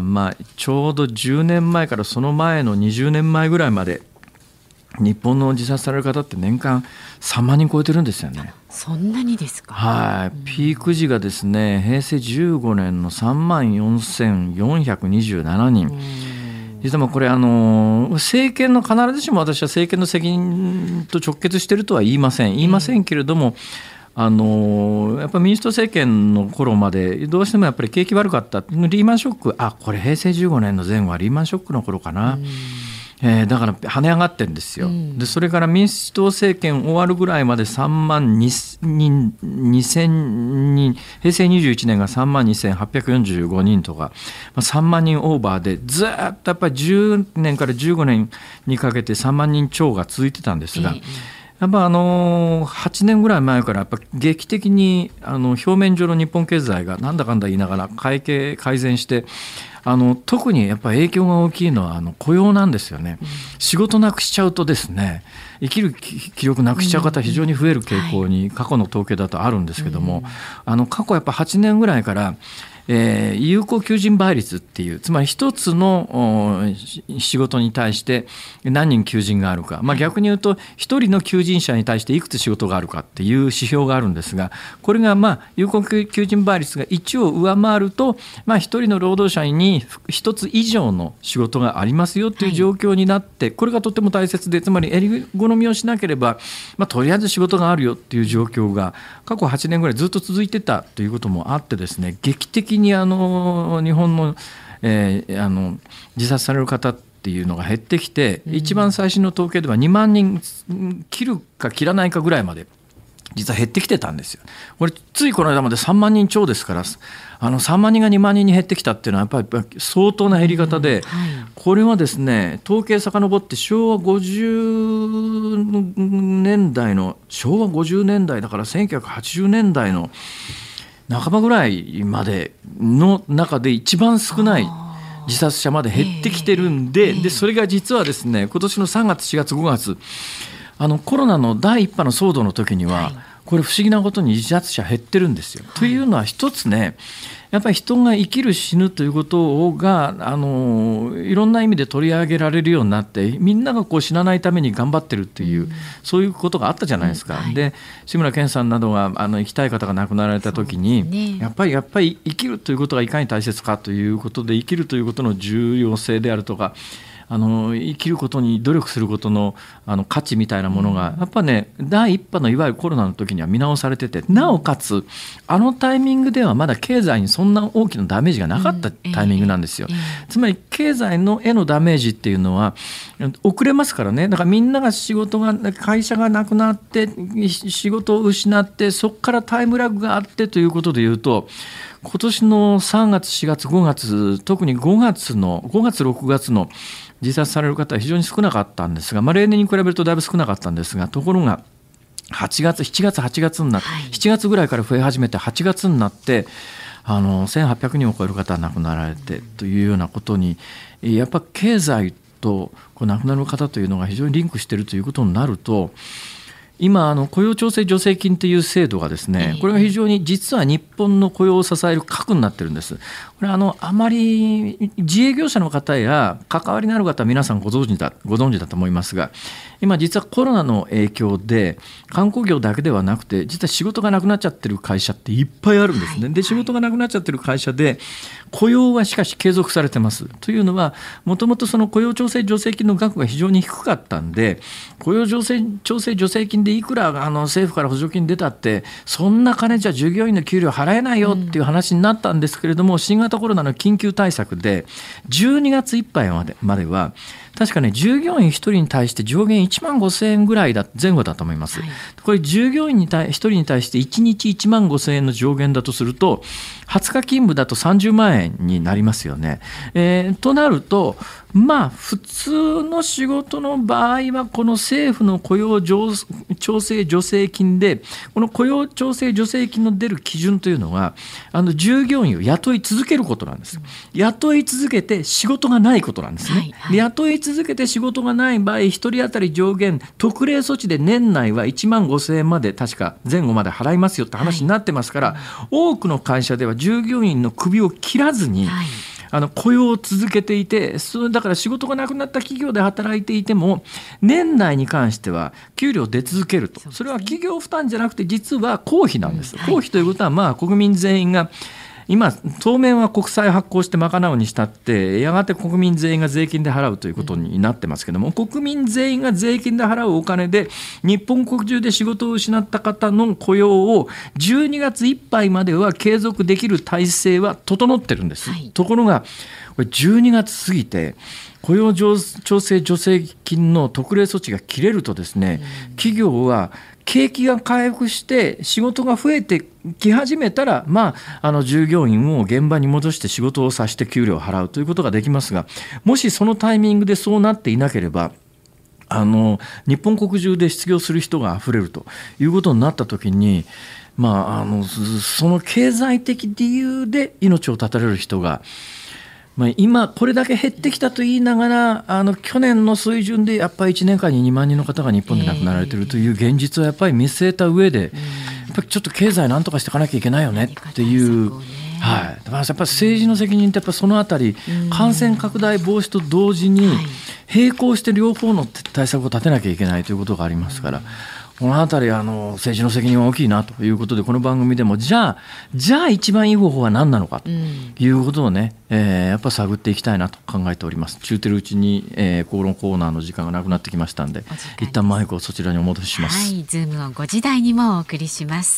まあ、ちょうどじゅうねんまえからその前のにじゅうねんまえぐらいまで日本の自殺される方って年間さんまんにん超えてるんですよね。 そんなにですか。 はい、ピーク時がですねへいせいじゅうごねんのさんまんよんせんよんひゃくにじゅうななにん。実はこれあの政権の必ずしも私は政権の責任と直結しているとは言いません言いませんけれども、あのやっぱり民主党政権の頃までどうしてもやっぱり景気悪かった。リーマンショック、あこれへいせいじゅうごねんの前後はリーマンショックの頃かな、えー、だから跳ね上がってるんですよ。でそれから民主党政権終わるぐらいまでさんまんにせんにん、へいせいにじゅういちねんがさんまんにせんはっぴゃくよんじゅうごにんとかさんまんにんオーバーでずっとやっぱりじゅうねんからじゅうごねんにかけてさんまんにん超が続いてたんですが、やっぱあのはちねんぐらい前からやっぱ劇的にあの表面上の日本経済がなんだかんだ言いながら会計改善して、あの特にやっぱり影響が大きいのはあの雇用なんですよね、うん、仕事なくしちゃうとですね生きる気力なくしちゃう方非常に増える傾向に過去の統計だとあるんですけども、うん、あの過去やっぱはちねんぐらいからえー、有効求人倍率っていう、つまり一つの仕事に対して何人求人があるか、まあ、逆に言うと一人の求人者に対していくつ仕事があるかっていう指標があるんですが、これがまあ有効求人倍率がいちを上回ると、まあ、一人の労働者に一つ以上の仕事がありますよっていう状況になって、はい、これがとても大切で、つまり襟好みをしなければ、まあ、とりあえず仕事があるよっていう状況が過去はちねんぐらいずっと続いてたということもあってですね、劇的にあの日本の、えー、あの自殺される方っていうのが減ってきて、うん、一番最新の統計ではにまんにん切るか切らないかぐらいまで実は減ってきてたんですよ。これついこの間までさんまんにん超ですから、あのさんまんにんがにまんにんに減ってきたっていうのはやっぱり相当な減り方で、うんはい、これはですね統計遡ってしょうわごじゅうねんだいのしょうわごじゅうねんだいだからせんきゅうひゃくはちじゅうねんだいの半ばぐらいまでの中で一番少ない自殺者まで減ってきてるんで、でそれが実はですね今年のさんがつしがつごがつあのコロナのだいいっ波の騒動の時にはこれ不思議なことに自殺者減ってるんですよ。というのは一つね、やっぱり人が生きる死ぬということがあのいろんな意味で取り上げられるようになって、みんながこう死なないために頑張ってるっていう、うん、そういうことがあったじゃないですか、うんはい、で志村けんさんなどがあの生きたい方が亡くなられた時に、ね、やっぱりやっぱり生きるということがいかに大切かということで、生きるということの重要性であるとか、あの生きることに努力することの、あの価値みたいなものがやっぱねだいいっ波のいわゆるコロナの時には見直されてて、なおかつあのタイミングではまだ経済にそんな大きなダメージがなかったタイミングなんですよ、うんえーえー、つまり経済のへのダメージっていうのは遅れますからね。だからみんなが仕事が会社がなくなって仕事を失って、そこからタイムラグがあってということでいうと、 今年のさんがつしがつごがつ、特にごがつのごがつろくがつの自殺される方は非常に少なかったんですが、まあ、例年に比べるとだいぶ少なかったんですが、ところがはちがつしちがつはちがつになって、はい、しちがつぐらいから増え始めてはちがつになってあのせんはっぴゃくにんを超える方が亡くなられてというようなことに、やっぱ経済とこう亡くなる方というのが非常にリンクしているということになると、今あの雇用調整助成金という制度がですね、これが非常に実は日本の雇用を支える核になっているんです。これはあのあまり自営業者の方や関わりのある方は皆さんご存知だご存知だと思いますが、今実はコロナの影響で観光業だけではなくて、実は仕事がなくなっちゃってる会社っていっぱいあるんですね。で仕事がなくなっちゃってる会社で雇用はしかし継続されてます。というのは、もともとその雇用調整助成金の額が非常に低かったんで、雇用調整調整助成金でいくらあの政府から補助金出たってそんな金じゃ従業員の給料払えないよっていう話になったんですけれども、新型コロナの緊急対策でじゅうにがついっぱいまで、までは確かね、従業員ひとりに対して上限いちまんごせんえんぐらいだ前後だと思います、はい、これ従業員に対ひとりに対していちにちいちまんごせんえんの上限だとすると、はつか勤務だとさんじゅうまんえんになりますよね、えー、となるとまあ普通の仕事の場合はこの政府の雇用調整助成金で、この雇用調整助成金の出る基準というのは、あの従業員を雇い続けることなんです。雇い続けて仕事がないことなんですね、はいはい、で雇い続けて仕事がない場合、ひとり当たり上限特例措置で年内はいちまんごせんえんまで確か前後まで払いますよって話になってますから、はい、多くの会社では従業員の首を切らずに、はい、あの雇用を続けていて、それだから仕事がなくなった企業で働いていても年内に関しては給料出続けると。それは企業負担じゃなくて実は公費なんです、うん、はい、公費ということはまあ国民全員が今当面は国債発行して賄うにしたって、やがて国民全員が税金で払うということになってますけども、国民全員が税金で払うお金で日本国中で仕事を失った方の雇用をじゅうにがついっぱいまでは継続できる体制は整ってるんです、はい、ところがこれじゅうにがつ過ぎて雇用調整助成金の特例措置が切れるとですね、企業は景気が回復して仕事が増えてき始めたら、まあ、あの従業員を現場に戻して仕事をさせて給料を払うということができますが、もしそのタイミングでそうなっていなければ、あの日本国中で失業する人があふれるということになったときに、まあ、あのその経済的理由で命を絶たれる人が、まあ、今これだけ減ってきたと言いながら、あの去年の水準でやっぱりいちねんかんににまんにんの方が日本で亡くなられているという現実をやっぱり見据えた上で、やっぱりちょっと経済なんとかしていかなきゃいけないよねっていう、はい、やっぱり政治の責任ってやっぱそのあたり、感染拡大防止と同時に並行して両方の対策を立てなきゃいけないということがありますから、このあたりあの政治の責任は大きいなということで、この番組でもじゃあじゃあ一番いい方法は何なのかということをね、えー、やっぱ探っていきたいなと考えております。中てるうちに、えー、口論コーナーの時間がなくなってきましたんで、一旦マイクをそちらにお戻しします。 はい、ズームをごじ台にもお送りします。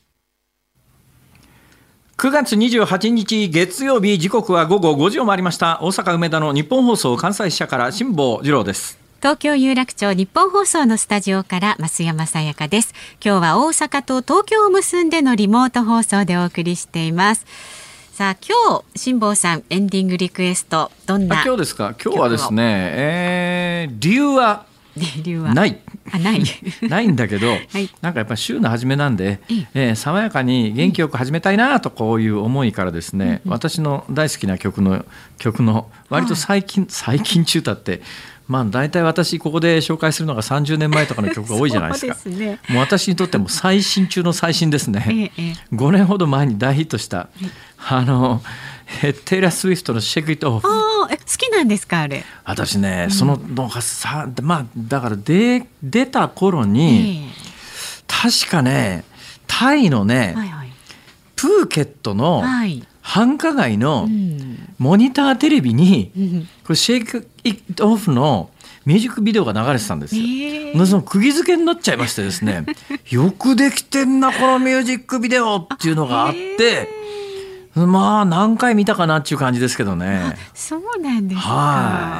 くがつにじゅうはちにち月曜日、時刻はごごごじを回りました。大阪梅田の日本放送関西支社から辛坊治郎です。 東京有楽町日本放送のスタジオから増山さやかです。今日は大阪と東京を結んでのリモート放送でお送りしています。さあ今日辛坊さんエンディングリクエストどんな？ 今日ですか。今日はですね、えー、理由は理由はないあないないんだけど、はい、なんかやっぱり週の初めなんで、えー、爽やかに元気よく始めたいなとこういう思いからですね、うんうん、私の大好きな曲の曲の割と最近、はい、最近中だってまあ、大体私ここで紹介するのがさんじゅうねんまえとかの曲が多いじゃないですか。そうですね、もう私にとっても最新中の最新ですね、ええ、ごねんほど前に大ヒットした、ええ、あのテイラー・スウィフトのシェイク・イット・オフ。 あえ好きなんですかあれ。 私ね、うん、そののがさ、まあ、だからで出た頃に、ええ、確かねタイのね、はいはい、プーケットの繁華街のモニターテレビに、うん、これシェイク・イット・オフのミュージックビデオが流れてたんですよ、えー、その釘付けになっちゃいましてですねよくできてんなこのミュージックビデオっていうのがあって、まあ何回見たかなっていう感じですけどね。 そうなんですか。 はい、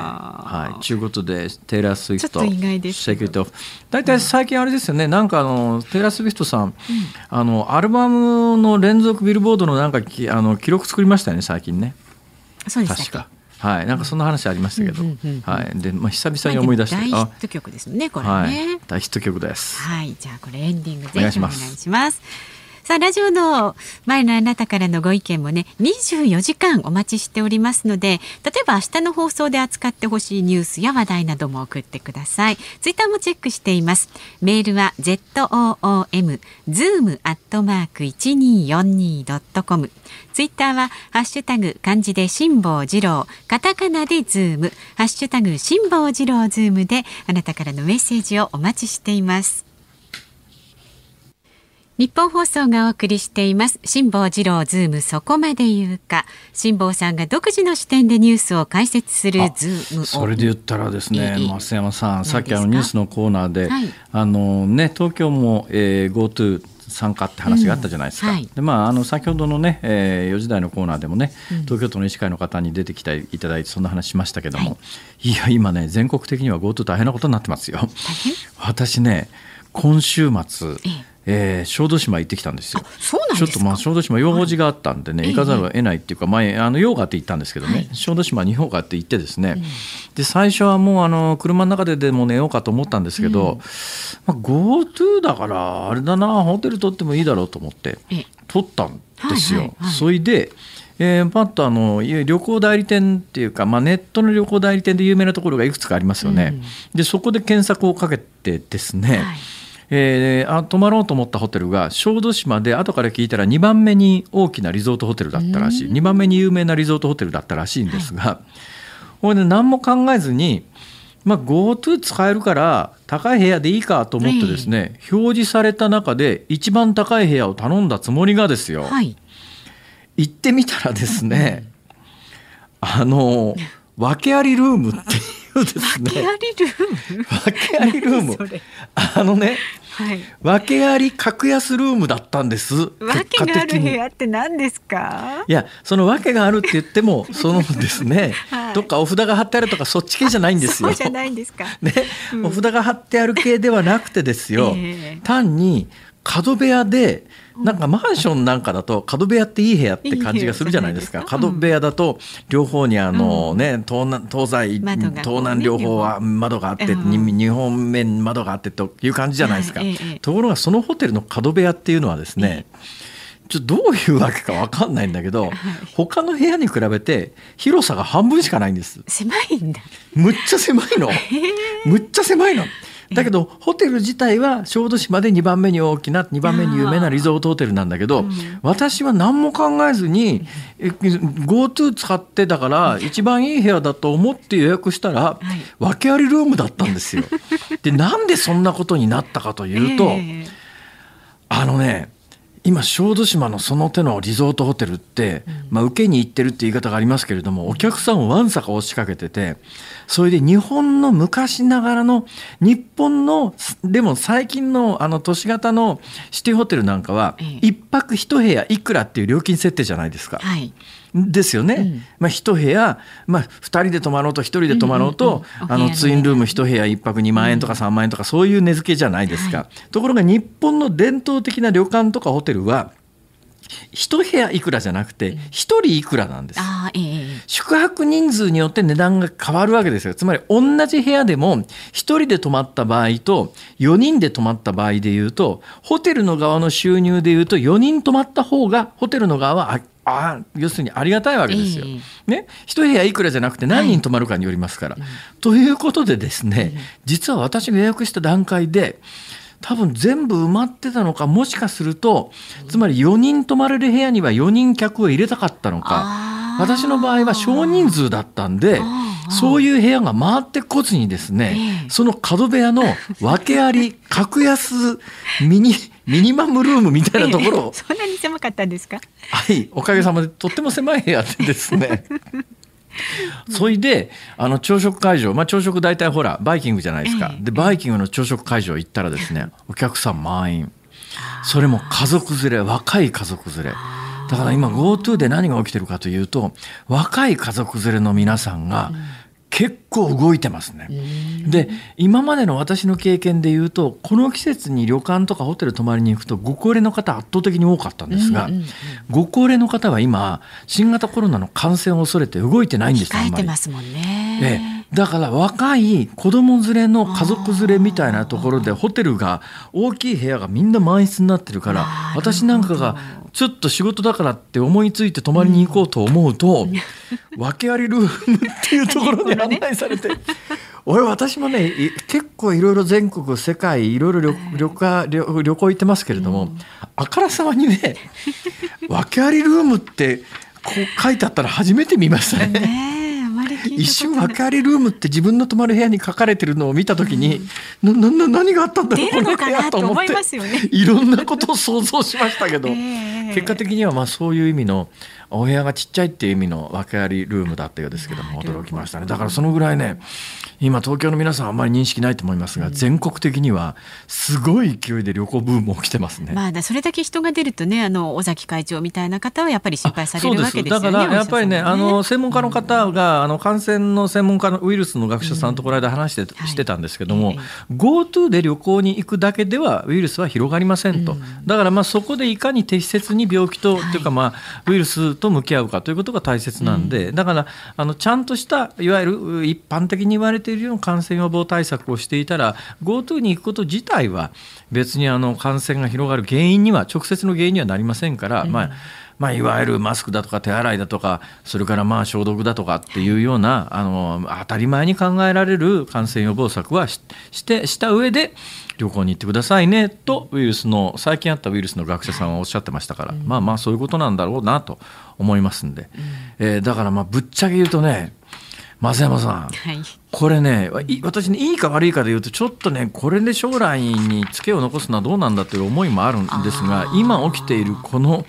はい、ということでテイラー・スウィフト、 ちょっと意外ですけど、 シェイクイットオフ。大体最近あれですよね、なんかあのテイラー・スウィフトさん、うん、あのアルバムの連続ビルボードのなんかきあの記録作りましたよね最近ね。 そうでしたっけ。 確か、はい、なんかそんな話ありましたけど、うんうんうんうん、はい、で、まあ、久々に思い出して、 大ヒット曲ですねこれね、はい、 大ヒット曲です。 はい、じゃあこれエンディングぜひお願いします。お願いします。さあラジオの前のあなたからのご意見もねにじゅうよじかんお待ちしておりますので、例えば明日の放送で扱ってほしいニュースや話題なども送ってください。ツイッターもチェックしています。メールは ズーム ズーム アットマーク いちにーよんにー ドットコム。ツイッターはハッシュタグ漢字で辛坊治郎、カタカナでズーム、ハッシュタグ辛坊治郎ズームであなたからのメッセージをお待ちしています。日本放送がお送りしています辛坊治郎ズームそこまで言うか。辛坊さんが独自の視点でニュースを解説するズームを。 それで言ったらですね、ええ、増山さん、さっきあのニュースのコーナーで、はい、あのね、東京も、えー、GoTo 参加って話があったじゃないですか、うん、はい、でまあ、あの先ほどのね、えー、よじ台のコーナーでもね、うん、東京都の医師会の方に出てきていただいてそんな話しましたけども、はい、いや今ね全国的には GoTo 大変なことになってますよ。私ね今週末、えええー、小豆島行ってきたんですよ。 そうなんですか。 ちょっとまあ小豆島用事があったんでね、はい、行かざるを得ないっていうか、前あの用があって行ったんですけどね、はい、小豆島に用があって行ってですね、うん、で最初はもうあの車の中ででも寝ようかと思ったんですけど、うん、まあ、GoTo だからあれだな、ホテル取ってもいいだろうと思って取ったんですよ、はいはいはい、それでえー、パッとあの旅行代理店っていうか、まあ、ネットの旅行代理店で有名なところがいくつかありますよね、うん、でそこで検索をかけてですね、はい、えー、あ泊まろうと思ったホテルが小豆島で後から聞いたらにばんめに大きなリゾートホテルだったらしい、にばんめに有名なリゾートホテルだったらしいんですが、はい、これで何も考えずに、まあ、GoTo 使えるから高い部屋でいいかと思ってですね、はい、表示された中で一番高い部屋を頼んだつもりがですよ、はい、行ってみたらですね、あの訳ありルームっていうですね、 訳ありルーム訳ありルームあのね、はい、訳あり格安ルームだったんです。 訳がある部屋って何ですか。 いやその訳があるって言ってもそのですね、はい、どっかお札が貼ってあるとかそっち系じゃないんですよ。 そうじゃないんですか、 ね、うん、お札が貼ってある系ではなくてですよ、えー、単に角部屋でなんかマンションなんかだと角部屋っていい部屋って感じがするじゃないですか。角部屋だと両方にあの、ね、東南、東西東南両方は窓があって、にほん面窓があってという感じじゃないですか、はい、ところがそのホテルの角部屋っていうのはですね、ちょっとどういうわけか分かんないんだけど、はい、他の部屋に比べて広さが半分しかないんです。 狭いんだ。 むっちゃ狭いのむっちゃ狭いのだけどホテル自体は小豆島でにばんめに大きなにばんめに有名なリゾートホテルなんだけど、うん、私は何も考えずに GoTo 使ってだから一番いい部屋だと思って予約したら、はい、訳ありルームだったんですよ。でなんでそんなことになったかというと、えー、あのね今小豆島のその手のリゾートホテルって、まあ、受けに行ってるって言い方がありますけれども、お客さんをわんさか押しかけてて、それで日本の昔ながらの日本のでも最近のあの都市型のシティホテルなんかは一泊一部屋いくらっていう料金設定じゃないですか、はい、ですよね、うん、まあ、一部屋、まあ、ふたりで泊まろうとひとりで泊まろうと、うんうんうん、あのツインルーム一部屋いっぱくにまんえんとかさんまんえんとかそういう値付けじゃないですか、はい、ところが日本の伝統的な旅館とかホテルは一部屋いくらじゃなくて一人いくらなんです。あ、えー、宿泊人数によって値段が変わるわけですよ。つまり同じ部屋でも一人で泊まった場合とよにんで泊まった場合でいうと、ホテルの側の収入でいうとよにん泊まった方がホテルの側はああ要するにありがたいわけですよ、えーね、一部屋いくらじゃなくて何人泊まるかによりますから、はい、ということでですね、実は私が予約した段階で多分全部埋まってたのか、もしかするとつまりよにん泊まれる部屋にはよにん客を入れたかったのか、私の場合は少人数だったんでそういう部屋が回ってこずにですね、その角部屋の訳あり格安ミニミニマムルームみたいなところをそんなに狭かったんですか。 はい、おかげさまでとっても狭い部屋でですねそれであの朝食会場、まあ、朝食大体ほらバイキングじゃないですか。でバイキングの朝食会場行ったらですね、お客さん満員、それも家族連れ、若い家族連れだから今 GoTo で何が起きてるかというと、若い家族連れの皆さんが結構動いてますね。で今までの私の経験でいうとこの季節に旅館とかホテル泊まりに行くとご高齢の方圧倒的に多かったんですが、うんうんうん、ご高齢の方は今新型コロナの感染を恐れて動いてないんですよ。 控えてますもんね。 ええ、だから若い子供連れの家族連れみたいなところでホテルが大きい部屋がみんな満室になってるから、私なんかがちょっと仕事だからって思いついて泊まりに行こうと思うと、うん、訳ありルームっていうところに案内されて俺私もね結構いろいろ全国世界いろいろ 旅, 旅, 旅, 旅行行ってますけれども、うん、あからさまにね訳ありルームってこう書いてあったら初めて見ましたね。ね一瞬訳ありルームって自分の泊まる部屋に書かれてるのを見たときに、うん、なな何があったんだろう出るのかなと思いますよね。 いろんなことを想像しましたけど、えー、結果的にはまあそういう意味のお部屋がちっちゃいっていう意味の訳ありルームだったようですけども、驚きましたね。だからそのぐらいね今東京の皆さんあんまり認識ないと思いますが、うん、全国的にはすごい勢いで旅行ブーム起きてますね。 まあ、それだけ人が出るとね、あの尾崎会長みたいな方はやっぱり心配されるわけですよね。 だからやっぱりね、あの専門家の方が、うん、あの感染の専門家のウイルスの学者さんとこの間話して、うん、してたんですけども、はい、GoTo で旅行に行くだけではウイルスは広がりませんと、うん、だからまあそこでいかに適切に病気と、はい、というかまあウイルスと向き合うかということが大切なんで、うん、だからあのちゃんとしたいわゆる一般的に言われているような感染予防対策をしていたら GoTo に行くこと自体は別にあの感染が広がる原因には直接の原因にはなりませんから、うんまあまあ、いわゆるマスクだとか手洗いだとかそれからまあ消毒だとかっていうようなあの当たり前に考えられる感染予防策は し, してした上で旅行に行ってくださいねとウイルスの最近あったウイルスの学者さんはおっしゃってましたから、うん、まあまあそういうことなんだろうなと思いますんで、うんえー、だからまあぶっちゃけ言うとね増山さん、はい、これね私ねいいか悪いかで言うとちょっとねこれで将来にツケを残すのはどうなんだという思いもあるんですが、今起きているこの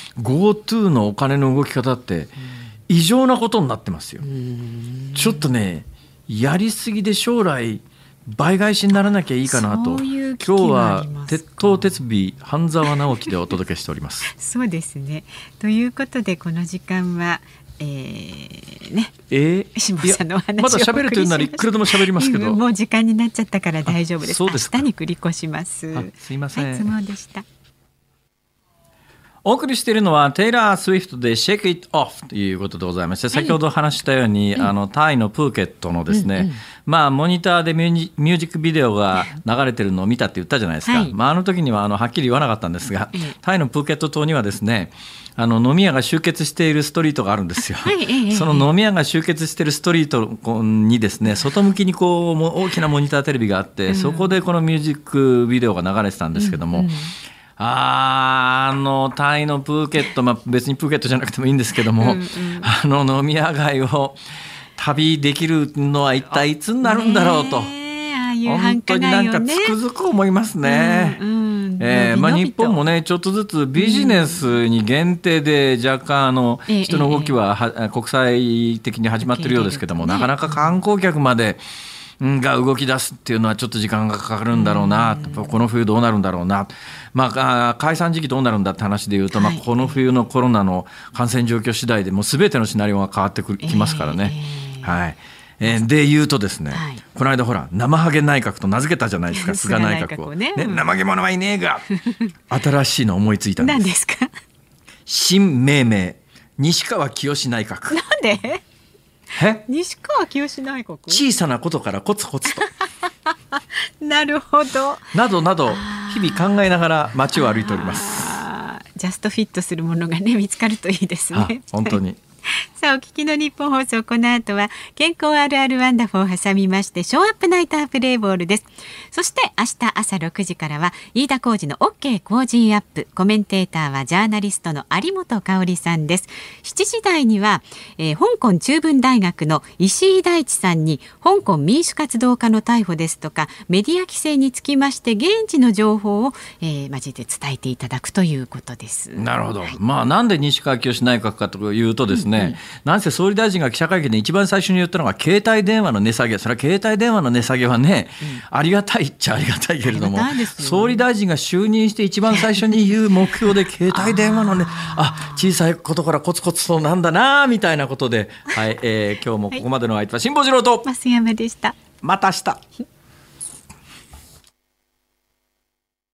GoTo のお金の動き方って異常なことになってますよ。ちょっとねやりすぎで将来倍返しにならなきゃいいかなと。 そういう今日は鉄頭鉄尾半沢直樹でお届けしておりますそうですね。ということでこの時間はえーねえー、 下さんのお話をまだ喋るというならいくらでも喋りますけどもう時間になっちゃったから大丈夫です。そうですか。明日に繰り越します。 すいません、 はい、質問でした。 お送りしているのはテイラー・スウィフトで Shake It Off ということでございまして、先ほど話したように、はい、あのタイのプーケットのですね、うんうんまあ、モニターでミュージ、ミュージックビデオが流れてるのを見たって言ったじゃないですか、はいまあ、あの時にはあのはっきり言わなかったんですが、タイのプーケット島にはですねあの飲み屋が集結しているストリートがあるんですよ、はい、その飲み屋が集結しているストリートにですね外向きにこう大きなモニターテレビがあって、うん、そこでこのミュージックビデオが流れてたんですけども、うんうんあ, あのタイのプーケット、まあ、別にプーケットじゃなくてもいいんですけども、うんうん、あの飲み屋街を旅できるのは一体いつになるんだろうと、 ね、ああいう本繁華街をね、 当になんかつくづく思いますね、うんうんえーまあ、日本もねちょっとずつビジネスに限定で若干あの人の動きはは国際的に始まってるようですけども、なかなか観光客までが動き出すっていうのはちょっと時間がかかるんだろうな、うん、この冬どうなるんだろうな、まあ、解散時期どうなるんだって話でいうと、はいまあ、この冬のコロナの感染状況次第でもう全てのシナリオが変わってきますからね、えーはいえー、で言うとですね、はい、この間ほら生ハゲ内閣と名付けたじゃないですか菅内閣を、ねね、怠け者はいねえが新しいの思いついたんです。 何ですか。 新命名西川きよし内閣。 なんでえ西川きよし内閣、 小さなことからコツコツとなるほどなどなど日々考えながら街を歩いております。 ジャストフィットするものがね見つかるといいですね。 本当にさあお聞きの日本放送、この後は健康あるあるワンダフを挟みましてショーアップナイタープレイボールです。そして明日朝ろくじからは飯田浩司の OK 工事アップ、コメンテーターはジャーナリストの有本香里さんです。しちじ台には、えー、香港中文大学の石井大地さんに香港民主活動家の逮捕ですとかメディア規制につきまして現地の情報を、えー、交えて伝えていただくということです。 なるほど、はいまあ、なんで西川きよし内閣かというとですね、 ね、 うん、 なんせ総理大臣が記者会見で一番最初に言ったのが携帯電話の値下げ。それは携帯電話の値下げはね、うん、ありがたいっちゃありがたいけれども、総理大臣が就任して一番最初に言う目標で携帯電話のねあ小さいことからコツコツとなんだなみたいなことで、はい、えー、今日もここまでの相手は辛坊治郎と増山でした。 また明日。